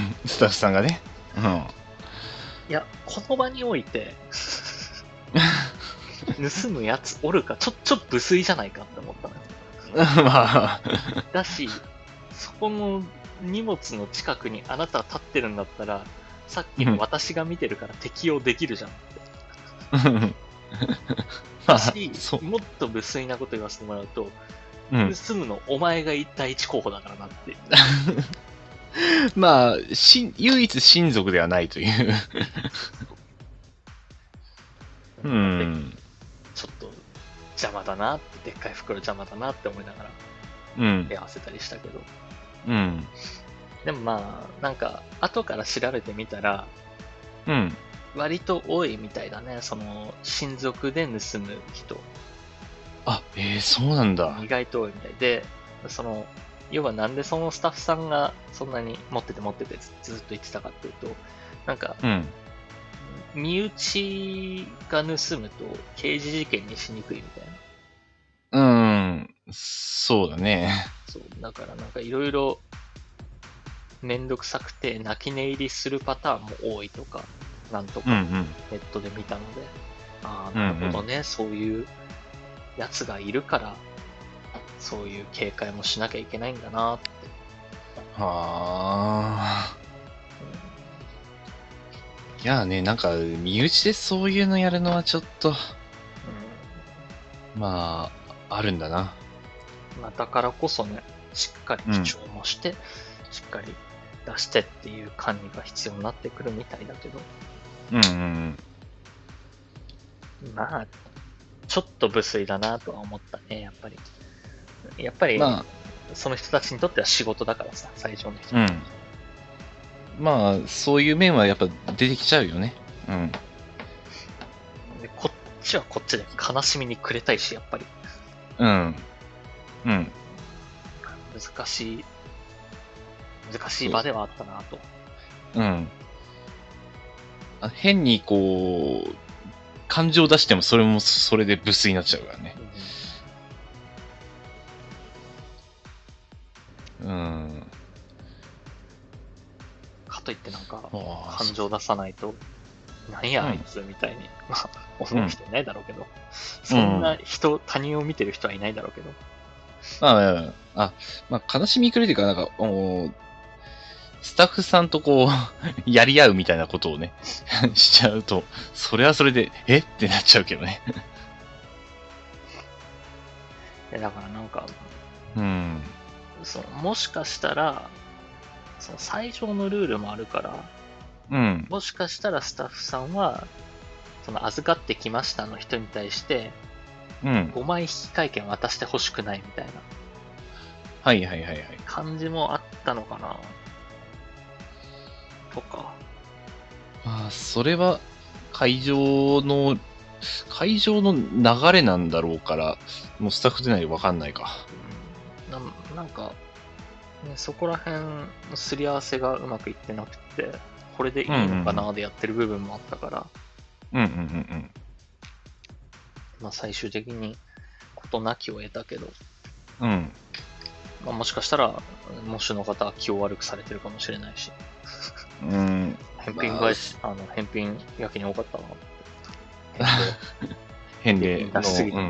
スタッフさんがね。うん。 いや、この場において、盗むやつおるか、ちょっと無粋じゃないかって思ったのよ。 まあ、 だし、そこの荷物の近くにあなたは立ってるんだったら、さっきの私が見てるから適用できるじゃんって。 まあ、 し、 そう。 もっと無粋なこと言わせてもらうと、 うん。 盗むのお前が第一候補だからなって。 まあ、唯一親族ではないという。うん。 ちょっと邪魔だなって、でっかい袋邪魔だなって思いながらうん。 手合わせたりしたけど。 うん。 でもまあ、なんか、後から調べてみたら、 うん。 割と多いみたいだね。親族で盗む人。 あ、そうなんだ。 意外と多いみたいで、要はなんでそのスタッフさんがそんなに持っててずっと言ってたかっていうと、なんか、 うん。 身内が盗むと刑事事件にしにくいみたいな。 そうだね。 そう、だからなんかいろいろめんどくさくて泣き寝入りするパターンも多いとか、なんとかネットで見たので、ああ、なるほどね、そういうやつがいるから、そういう警戒もしなきゃいけないんだなって。 はあ。いやね、なんか、身内でそういうのやるのはちょっと、まあ、あるんだな。 まあ、だからこそね、しっかり記帳もして、しっかり出してっていう管理が必要になってくるみたいだけど。まあ、ちょっと無粋だなとは思ったね、やっぱり。やっぱり、まあ、その人たちにとっては仕事だからさ、最初の人。 まあ、そういう面はやっぱ出てきちゃうよね。 で、こっちはこっちで悲しみに暮れたいし、やっぱり。難しい場ではあったなと。 変にこう、感情出してもそれもそれでブスになっちゃうからね。 かといってなんか、感情出さないと、なんやあいつみたいに、まあ、思う人いないだろうけど、そんな他人を見てる人はいないだろうけど。 まあ、悲しみくれていうか、なんか、スタッフさんとこう、やり合うみたいなことをね、しちゃうと、それはそれで、ってなっちゃうけどね。 だからなんか、もしかしたら、最上のルールもあるから、もしかしたらスタッフさんは、預かってきましたの人に対して、5枚引換券渡してほしくないみたいな。感じもあったのかな。とか。 まあ、それは、会場の流れなんだろうから、もうスタッフでないと分かんないか。 なんか、ね、そこら辺のすり合わせがうまくいってなくて、これでいいのかなでやってる部分もあったから、まあ最終的に事なきを得たけど、まあ、もしかしたら、喪主の方は気を悪くされてるかもしれないし、返品やけに多かったなって。 返礼の、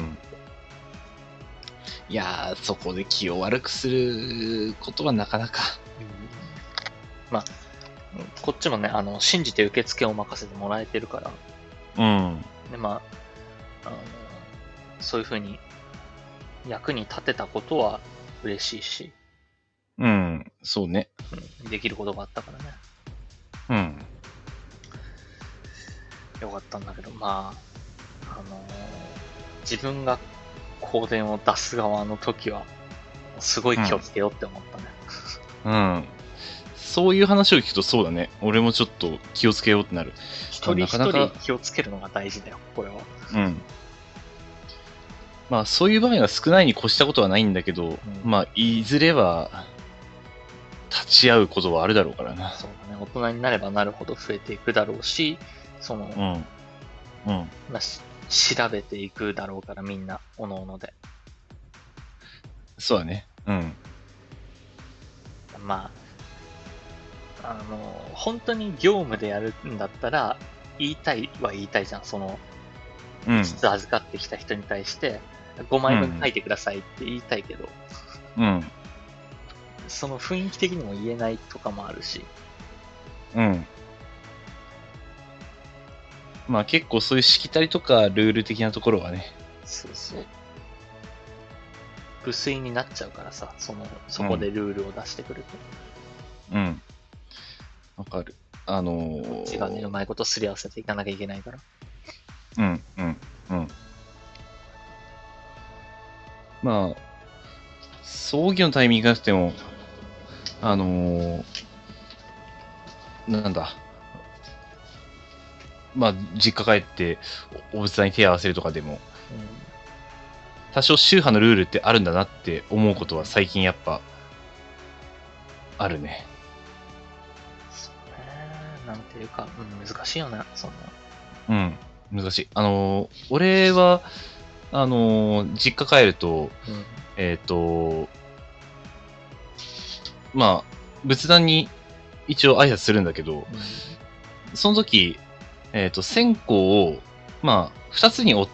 いやー、そこで気を悪くすることはなかなか。 まあ、こっちもね、信じて受付を任せてもらえてるから、で、まあ、そういうふうに役に立てたことは嬉しいし、 そうね。 できることがあったからね。よかったんだけど、まあ、自分が香典を出す側の時は、すごい気をつけようって思ったね。 そういう話を聞くとそうだね。俺もちょっと気をつけようってなる。 一人一人気をつけるのが大事だよ、これは。 まあ、そういう場合は少ないに越したことはないんだけど、まあ、いずれは、立ち会うことはあるだろうからな。 そうだね。大人になればなるほど増えていくだろうし、まあ、調べていくだろうから、みんな、おのおので。 そうだね。うん。 まあ、本当に業務でやるんだったら、言いたいは言いたいじゃん。その、 うん。 実預かってきた人に対して、5枚分書いてくださいって言いたいけど、 うん。 その雰囲気的にも言えないとかもあるし。 うん。まあ結構そういうしきたりとかルール的なところはね。 そうそう。無粋になっちゃうからさ、そこでルールを出してくると。うん。わかる。 こっちがね、うまいことすり合わせていかなきゃいけないから。 うん、うん、うん。まあ、葬儀のタイミングがなくても、なんだ。まあ、実家帰って、お仏壇に手を合わせるとかでも、多少宗派のルールってあるんだなって思うことは最近やっぱ、あるね。 そうね。なんていうか、難しいよね、そんな。 うん、難しい。俺は、実家帰ると、まあ、仏壇に一応挨拶するんだけど、その時、線香を、まあ、二つに折って、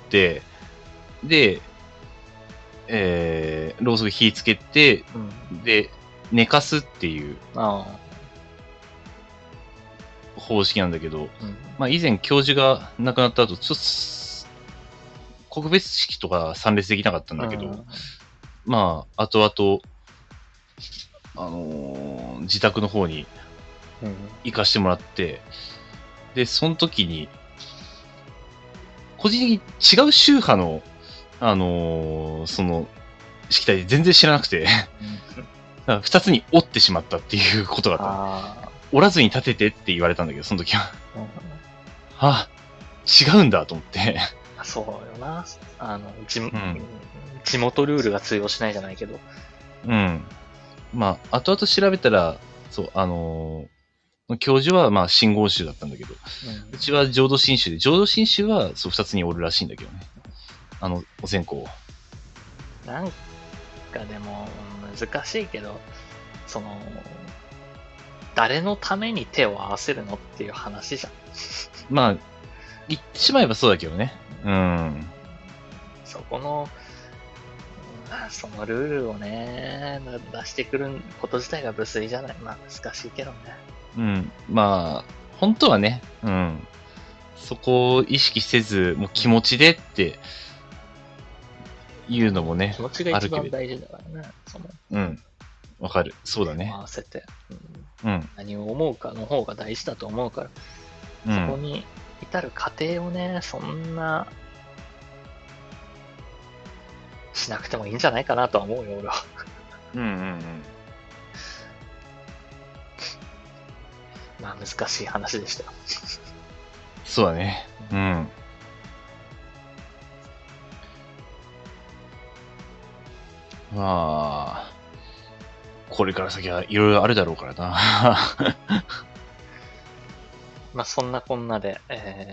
で、ろうそく火つけて、で、寝かすっていう方式なんだけど、まあ以前教授が亡くなった後、ちょっと、告別式とか参列できなかったんだけど、まあ、後々、自宅の方に行かしてもらって、で、その時に、個人的に違う宗派の、その、しきたり全然知らなくて、二つに折ってしまったっていうことがあった。折らずに立ててって言われたんだけど、その時は。あ、違うんだと思って。 そうよな。地元ルールが通用しないじゃないけど。 うん。まあ、後々調べたら、そう、教授はまあ真言宗だったんだけど、うちは浄土真宗で、浄土真宗はそう二つに折るらしいんだけどね。お線香を。 なんかでも難しいけど、誰のために手を合わせるのっていう話じゃん。 まあ、言ってしまえばそうだけどね。うん。 そこの、そのルールをね、出してくること自体が無粋じゃない。まあ難しいけどね。 うん。まあ、本当はね、うん。そこを意識せず、もう気持ちでっていうのもね、 気持ちが一番大事だからね。 うん。わかる。そうだね。 合わせて、 うん。 何を思うかの方が大事だと思うから、そこに至る過程をね、そんな、しなくてもいいんじゃないかなとは思うよ、俺は。まあ難しい話でしたよ。 そうだね。うん。まあ、これから先はいろいろあるだろうからな。 まあそんなこんなで、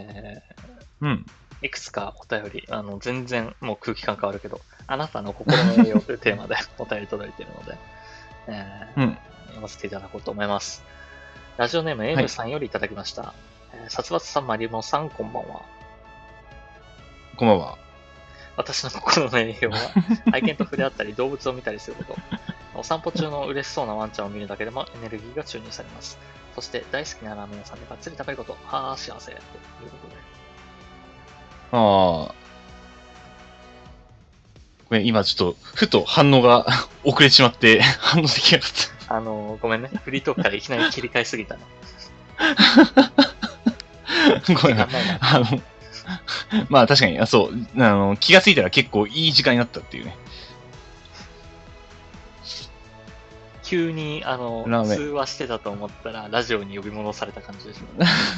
いくつかお便り、全然もう空気感変わるけど、あなたの心の栄養というテーマでお便り届いているので、読ませていただこうと思います。ラジオネーム M さんよりいただきました。殺伐さん、マリモさん、こんばんは。 こんばんは。 私の心の栄養は、愛犬と触れ合ったり、動物を見たりすること。お散歩中の嬉しそうなワンちゃんを見るだけでもエネルギーが注入されます。そして大好きなラーメン屋さんでがっつり食べること。幸せ。ということで。 ごめん、今ちょっと、ふと反応が遅れてしまって、反応できなかった。 ごめんね。フリートークからいきなり切り替えすぎたね。 ごめん、まあ確かに、そう、気がついたら結構いい時間になったっていうね。 急に、通話してたと思ったら、ラジオに呼び戻された感じでしょ。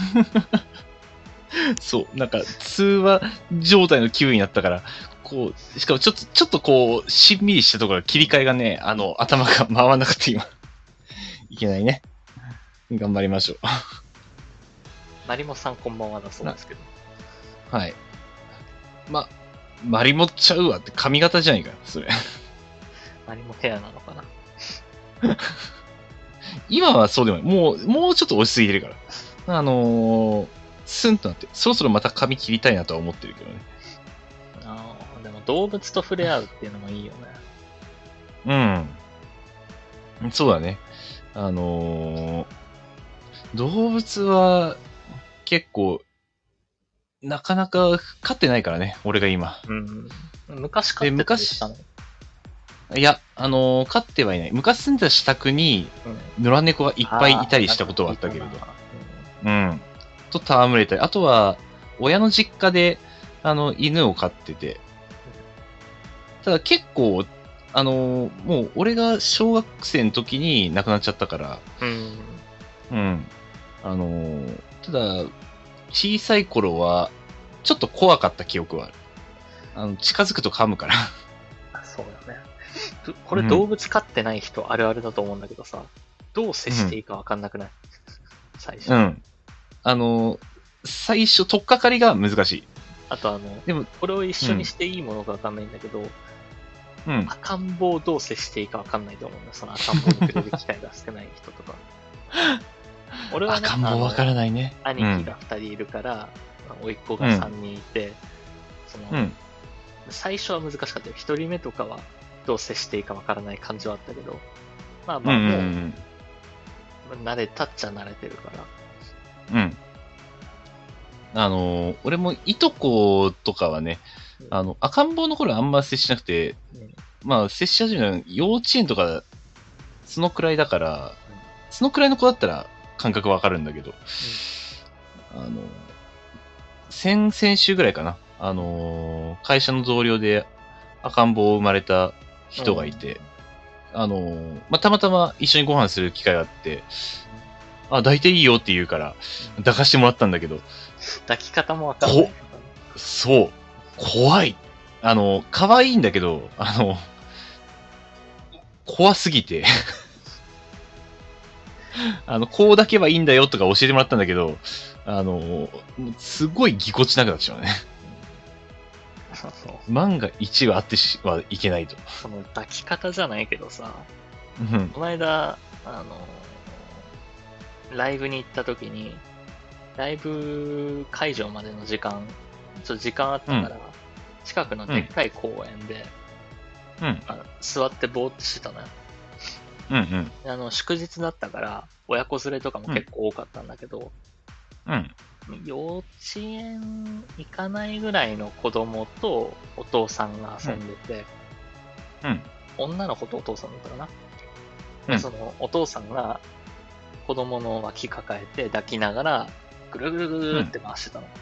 そう、なんか、通話状態の気分になったから、こう、しかもちょっとこう、しんみりしたところ、切り替えがね、頭が回らなくて今。いけないね。頑張りましょう。 マリモさんこんばんはだそうですけど。 はい。マリモっちゃうわって髪型じゃないか、それ。 何もヘアなのかな。 今はそうでもない。もうちょっと落ち着いてるから。スンとなって、そろそろまた髪切りたいなとは思ってるけどね。 でも動物と触れ合うっていうのもいいよね。 うん。そうだね。動物は結構、なかなか飼ってないからね、俺が今。 うん。昔飼ってたりしたの？ いや、飼ってはいない。昔住んでた自宅に、野良猫がいっぱいいたりしたことはあったけれど。うん。と戯れたり。あとは、親の実家で、犬を飼ってて。ただ結構、もう俺が小学生の時に亡くなっちゃったから。うん。ただ、小さい頃は、ちょっと怖かった記憶はある。近づくと噛むから。 そうだね。これ動物飼ってない人あるあるだと思うんだけどさ、どう接していいか分かんなくない？最初。 うん。最初、取っかかりが難しい。 あとでもこれを一緒にしていいものか分かんないんだけど、赤ん坊をどう接していいか分かんないと思うんだ。その赤ん坊にくれる機会が少ない人とか。俺はね、 赤ん坊分からないね。 兄貴が2人いるから、甥っ子が3人いて、最初は難しかったよ。1人目とかはどう接していいか分からない感じはあったけど、まあもう、慣れたっちゃ慣れてるから。 俺もいとことかはね、赤ん坊の頃あんま接しなくて、まあ接し始めたの幼稚園とか、そのくらいだから、そのくらいの子だったら感覚わかるんだけど、先々週ぐらいかな、会社の同僚で赤ん坊生まれた人がいて、たまたま一緒にご飯する機会があって、抱いていいよって言うから、抱かしてもらったんだけど。 抱き方もわかんない。 そう。怖い。可愛いんだけど、怖すぎて。こう抱けばいいんだよとか教えてもらったんだけど、すごいぎこちなくなっちゃうね。万が一はあってはいけないと。 その抱き方じゃないけどさ、この間、ライブに行った時に、ライブ会場までの時間、ちょっと時間あったから、近くのでっかい公園で、座ってぼーっとしてたのよ。祝日だったから、親子連れとかも結構多かったんだけど、幼稚園行かないぐらいの子供とお父さんが遊んでて、女の子とお父さんだったかな。そのお父さんが子供の脇抱えて抱きながら、ぐるぐるぐるって回してたの。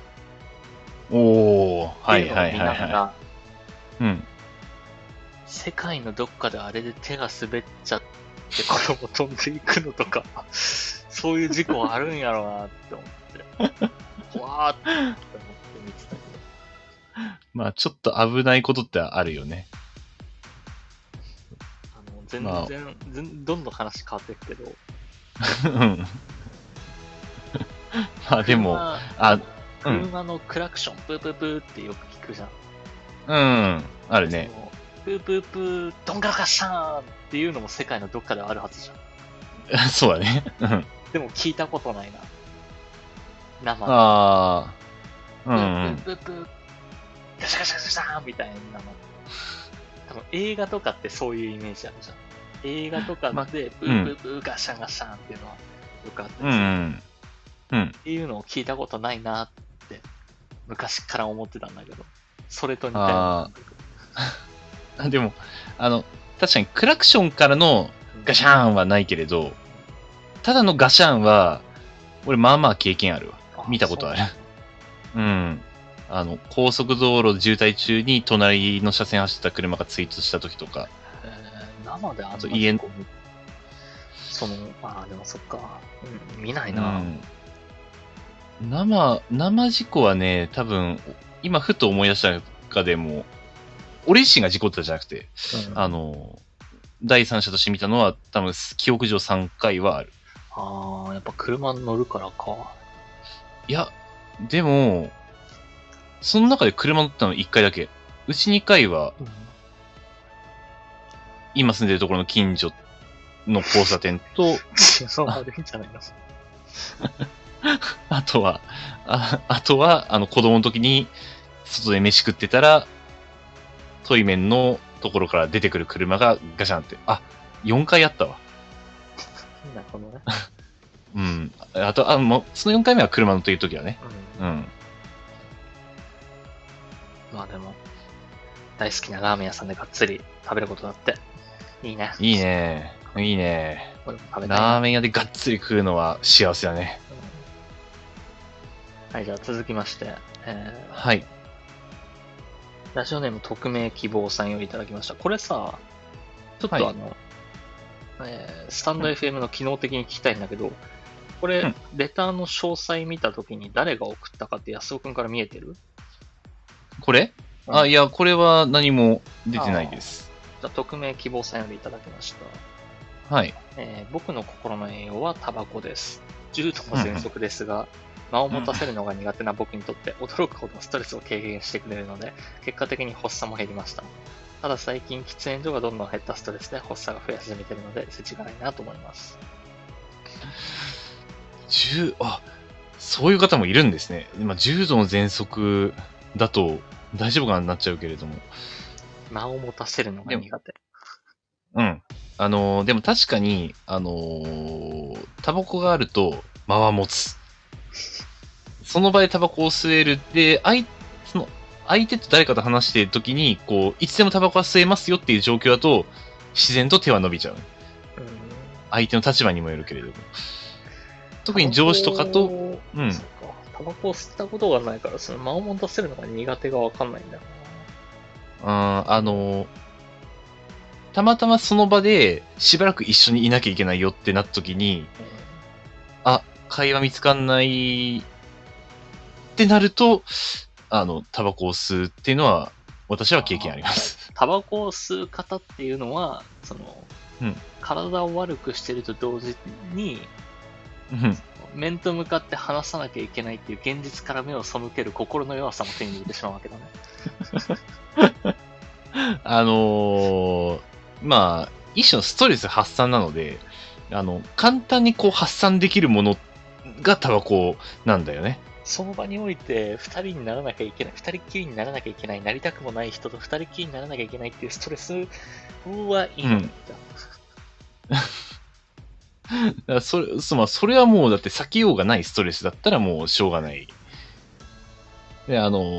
はいはいはいはい。 世界のどっかであれで手が滑っちゃって子供飛んでいくのとか、そういう事故あるんやろうなって思って、怖ーって思って見てたけど。 まあちょっと危ないことってあるよね。 全然、どんどん話変わっていくけど。 まあでも、 車のクラクション、プープープーってよく聞くじゃん。あるね。 プープープー、ドンガラカッシャーンっていうのも世界のどっかであるはずじゃん。そうだね。 でも聞いたことないな。生で。プープープー、ガシャガシャガシャーンみたいなの。多分映画とかってそういうイメージあるじゃん。映画とかで、プープープー、ガシャガシャーンっていうのはよくあったりする。っていうのを聞いたことないなって昔から思ってたんだけど、それと似たような感覚。 でも、確かにクラクションからのガシャーンはないけれど、ただのガシャーンは、俺まあまあ経験あるわ。見たことある。高速道路渋滞中に隣の車線走った車が追突した時とか。 生であと家の、 でもそっか。見ないな。 生事故はね、多分、今ふと思い出した中でも、俺自身が事故ったじゃなくて、第三者として見たのは、多分、記憶上3回はある。 やっぱ車に乗るからか。 いや、でも、その中で車乗ったの1回だけ。うち2回は、 今住んでるところの近所の交差点と、 そう悪いんじゃないの？ あとは、子供の時に、外で飯食ってたら、トイメンのところから出てくる車がガシャンって、4回あったわ。 なるほどね。 うん。もう、その4回目は車乗っている時はね。うん。 まあでも、大好きなラーメン屋さんでがっつり食べることだって、いいね。 いいね。いいね。 俺も食べたい。 ラーメン屋でがっつり食うのは幸せだね。 はい、じゃあ続きまして、 はい。 ラジオネーム匿名希望さんよりいただきました。これさ、ちょっとスタンド FM の機能的に聞きたいんだけど、これ、レターの詳細見たときに誰が送ったかって安尾くんから見えてる？ これ？いや、これは何も出てないです。 じゃあ、匿名希望さんよりいただきました。 はい。 僕の心の栄養はタバコです。重度の喘息ですが、間を持たせるのが苦手な僕にとって驚くほどストレスを軽減してくれるので、結果的に発作も減りました。ただ最近喫煙所がどんどん減ったストレスで発作が増え始めているので、世知がないなと思います。 そういう方もいるんですね。重度の喘息だと大丈夫かなっちゃうけれども。 間を持たせるのが苦手。 うん。でも確かに、タバコがあると間は持つ。その場でタバコを吸える。で、相手と誰かと話しているときに、いつでもタバコは吸えますよっていう状況だと、自然と手は伸びちゃう。相手の立場にもよるけれども。特に上司とかと、うん。 タバコを吸ったことがないから、その間を持たせるのが苦手がわかんないんだよな。たまたまその場でしばらく一緒にいなきゃいけないよってなったときに、会話見つかんないってなると、タバコを吸うっていうのは、私は経験あります。 タバコを吸う方っていうのは、体を悪くしてると同時に、面と向かって話さなきゃいけないっていう現実から目を背ける心の弱さも手に入れてしまうわけだね。 一種のストレス発散なので、簡単に発散できるものがタバコなんだよね。 その場において、二人にならなきゃいけない、二人っきりにならなきゃいけない、なりたくもない人と二人っきりにならなきゃいけないっていうストレスはいいんだ。それはもうだって避けようがないストレスだったらもうしょうがない。で、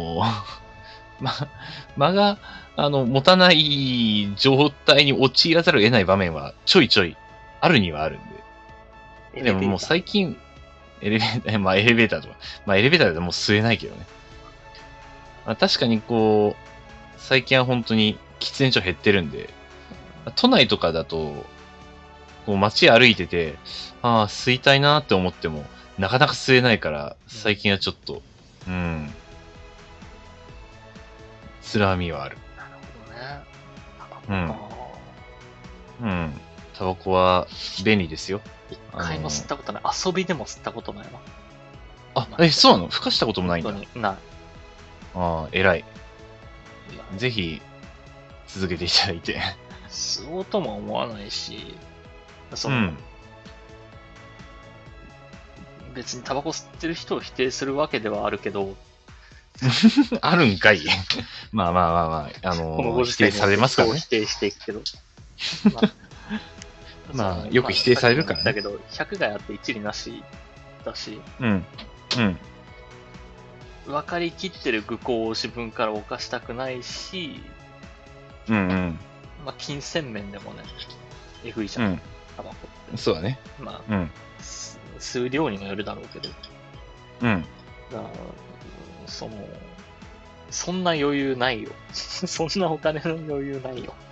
間が、持たない状態に陥らざるを得ない場面はちょいちょいあるにはあるんで。でももう最近、エレベーターとか、エレベーターでもう吸えないけどね。確かに最近は本当に喫煙所減ってるんで、都内とかだと、街歩いてて、吸いたいなって思っても、なかなか吸えないから、最近はちょっと、辛みはある。 なるほどね。 タバコは便利ですよ。 一回も吸ったことない。遊びでも吸ったことないわ。 そうなの？ふかしたこともないんだ。 本当にない。 偉い。ぜひ、続けていただいて。 吸おうとも思わないし、別にタバコ吸ってる人を否定するわけではあるけど、 あるんかい。まあ、否定されますからね。 否定していくけど。 よく否定されるからね。 だけど、100害あって一理なしだし、分かりきってる愚行を自分から犯したくないし、金銭面でもね、えぐいじゃん、タバコって。 そうだね。 吸う量にもよるだろうけど。そんな余裕ないよ。そんなお金の余裕ないよ。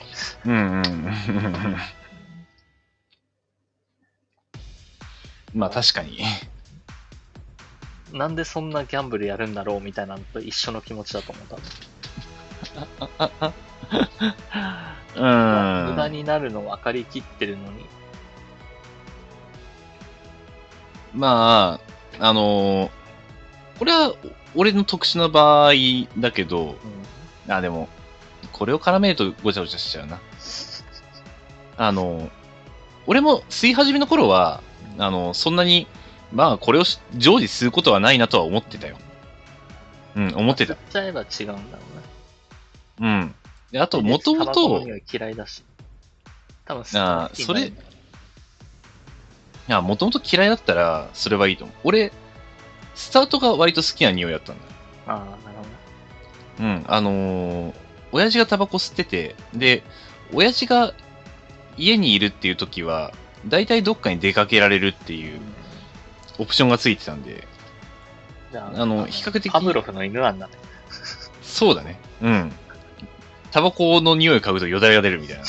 確かに。 なんでそんなギャンブルやるんだろうみたいなのと一緒の気持ちだと思った。無駄になるの分かりきってるのに。 これは俺の特殊な場合だけど、でも、これを絡めるとごちゃごちゃしちゃうな。 俺も吸い始めの頃は、そんなに、まあ、これを常時吸うことはないなとは思ってたよ。うん、思ってた。 吸っちゃえば違うんだろうね。 うん。で、あと、もともタバコのと、 匂い嫌いだし。多分吸ったら好きになるんだよ。 いや、もともと嫌いだったら、それはいいと思う。俺、スタートが割と好きな匂いだったんだ。 ああ、なるほどね。 うん。親父がタバコ吸ってて、で、親父が家にいるっていう時は、大体どっかに出かけられるっていうオプションがついてたんで、 じゃあ、 比較的。 パブロフの犬なんだね。 そうだね。うん。タバコの匂い嗅ぐとよだれが出るみたいな。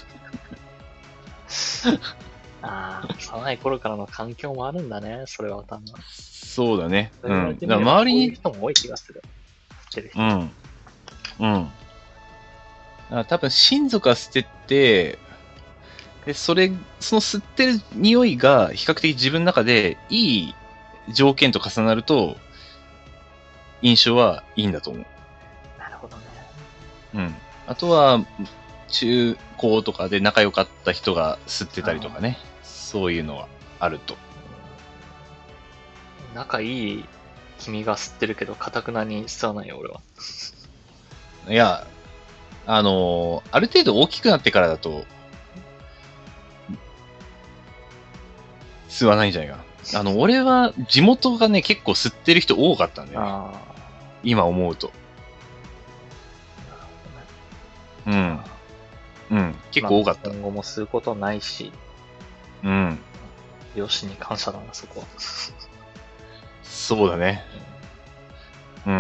ああ、幼い頃からの環境もあるんだね、それは多分。 そうだね。うん。だから周りに。 周りに。 そういう人も多い気がする。吸ってる人。 うん。うん。多分親族が吸ってて、で、その吸ってる匂いが比較的自分の中でいい条件と重なると、印象はいいんだと思う。 なるほどね。 うん。あとは、中高とかで仲良かった人が吸ってたりとかね。そういうのはあると。 仲いい君が吸ってるけど、かたくなに吸わないよ、俺は。 いや、ある程度大きくなってからだと、吸わないんじゃないかな。俺は地元がね、結構吸ってる人多かったんだよね。今思うと。うん。うん。結構多かった。 今後も吸うことないし。 うん。 両親に感謝だな、そこは。 そうだね。うん。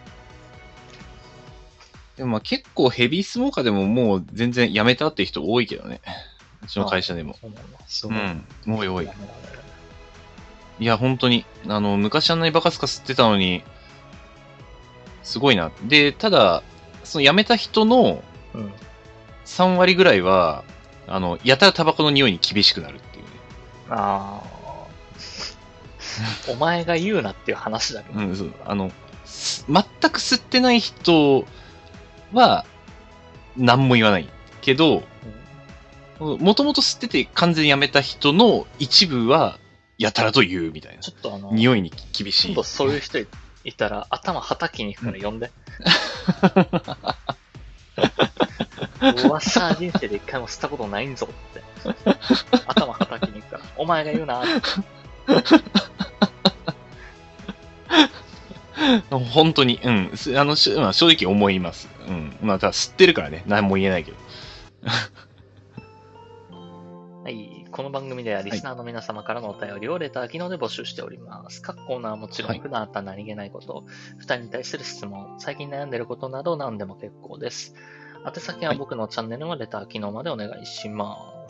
でもまあ結構ヘビースモーカーでももう全然やめたって人多いけどね。うちの会社でも。 そうなんだ。すごい。 うん。多い多い。いや、本当に。昔あんなにバカスカ吸ってたのに、すごいな。で、ただ、その辞めた人の3割ぐらいは、やたらタバコの匂いに厳しくなるっていうね。 ああ。お前が言うなっていう話だけど。 うん、そう。全く吸ってない人は、何も言わない。けど、もともと吸ってて完全にやめた人の一部は、やたらと言うみたいな。 ちょっと匂いに厳しい。 今度そういう人いたら、頭はたきに行くから呼んで。わしゃ人生で一回も吸ったことないんぞって。頭はたきに行くから。お前が言うなって。 本当に、うん。正直思います。うん。まあ、ただ吸ってるからね。何も言えないけど。 はい。この番組ではリスナーの皆様からのお便りをレター機能で募集しております。各コーナーはもちろん普段あった何気ないこと、二人に対する質問、最近悩んでることなど何でも結構です。宛先は僕のチャンネルのレター機能までお願いします。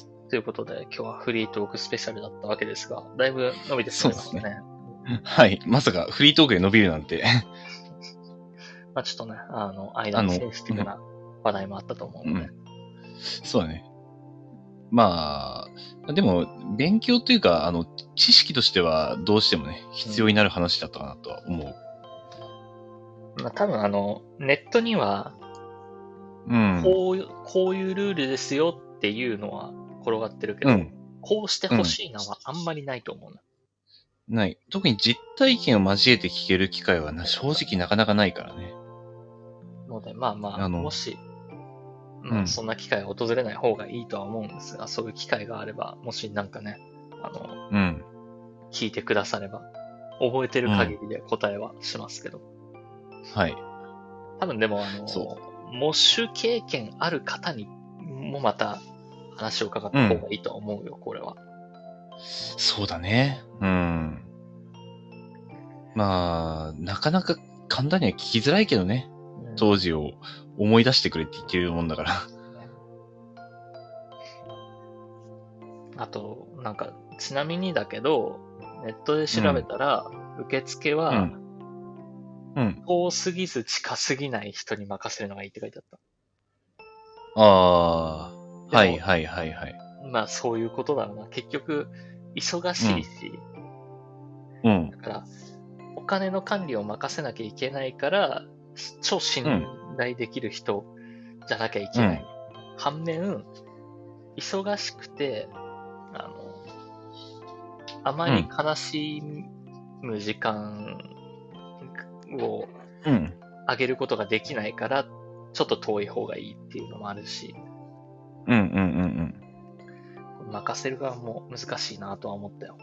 ということで、今日はフリートークスペシャルだったわけですが、だいぶ伸びてしまいましたね。 はい。まさかフリートークで伸びるなんて。 まあちょっとね、間にセンシティブな話題もあったと思うので。 そうだね。まあ、でも、勉強というか、知識としてはどうしてもね、必要になる話だったかなとは思う。 まあ多分ネットには、こういうルールですよっていうのは転がってるけど、こうしてほしいのはあんまりないと思うな。 ない。特に実体験を交えて聞ける機会は正直なかなかないからね。 ので、まあまあ、もし、そんな機会が訪れない方がいいとは思うんですが、そういう機会があれば、もしなんかね、聞いてくだされば、覚えてる限りで答えはしますけど。 はい。 多分でもモッシュ経験ある方にもまた話を伺った方がいいとは思うよ、これは。 そうだね。まあ、なかなか簡単には聞きづらいけどね。当時を思い出してくれって言ってるもんだから。 あと、なんか、ちなみにだけど、ネットで調べたら、受付は、遠すぎず近すぎない人に任せるのがいいって書いてあった。 はいはいはいはい。 まあそういうことだろうな。結局、忙しいし、だから、お金の管理を任せなきゃいけないから、超信頼できる人じゃなきゃいけない反面、忙しくて、あまり悲しむ時間をあげることができないから、ちょっと遠い方がいいっていうのもあるし、任せる側も難しいなとは思ったよ。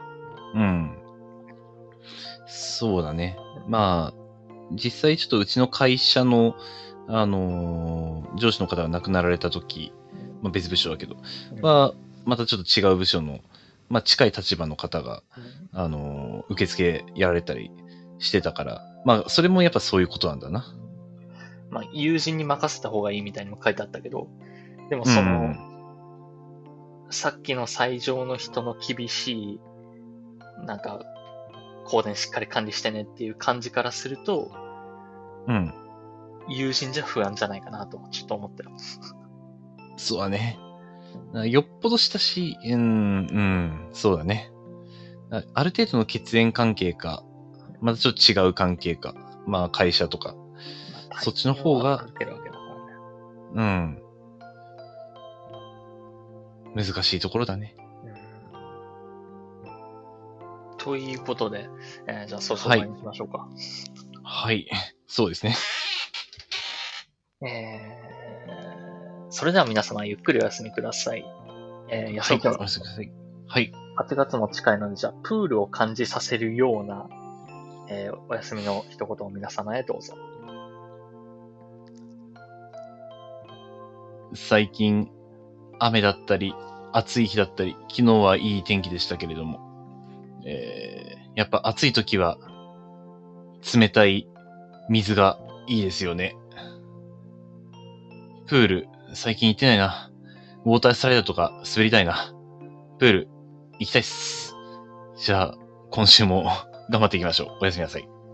そうだね。まあ、実際ちょっとうちの会社の、上司の方が亡くなられた時、まあ、別部署だけど、またちょっと違う部署の、まあ、近い立場の方が、受付やられたりしてたから、まあ、それもやっぱそういうことなんだな。 まあ、友人に任せた方がいいみたいにも書いてあったけど、でもさっきの最上の人の厳しい、なんか、香典しっかり管理してねっていう感じからすると、友人じゃ不安じゃないかなと、ちょっと思ったよ。 そうだね。よっぽど親しい、そうだね。ある程度の血縁関係か、またちょっと違う関係か、まあ会社とか、そっちの方が、難しいところだね。 ということで、じゃあそろそろ終わりにしましょうか。 はい、そうですね。 それでは皆様ゆっくりお休みください。安井君。 お休みください。はい。 8月も近いので、じゃあプールを感じさせるような、お休みの一言を皆様へどうぞ。 最近、雨だったり、暑い日だったり、昨日はいい天気でしたけれども、やっぱ暑い時は、冷たい水がいいですよね。プール、最近行ってないな。ウォータースライダーとか滑りたいな。プール、行きたいっす。じゃあ、今週も頑張っていきましょう。おやすみなさい。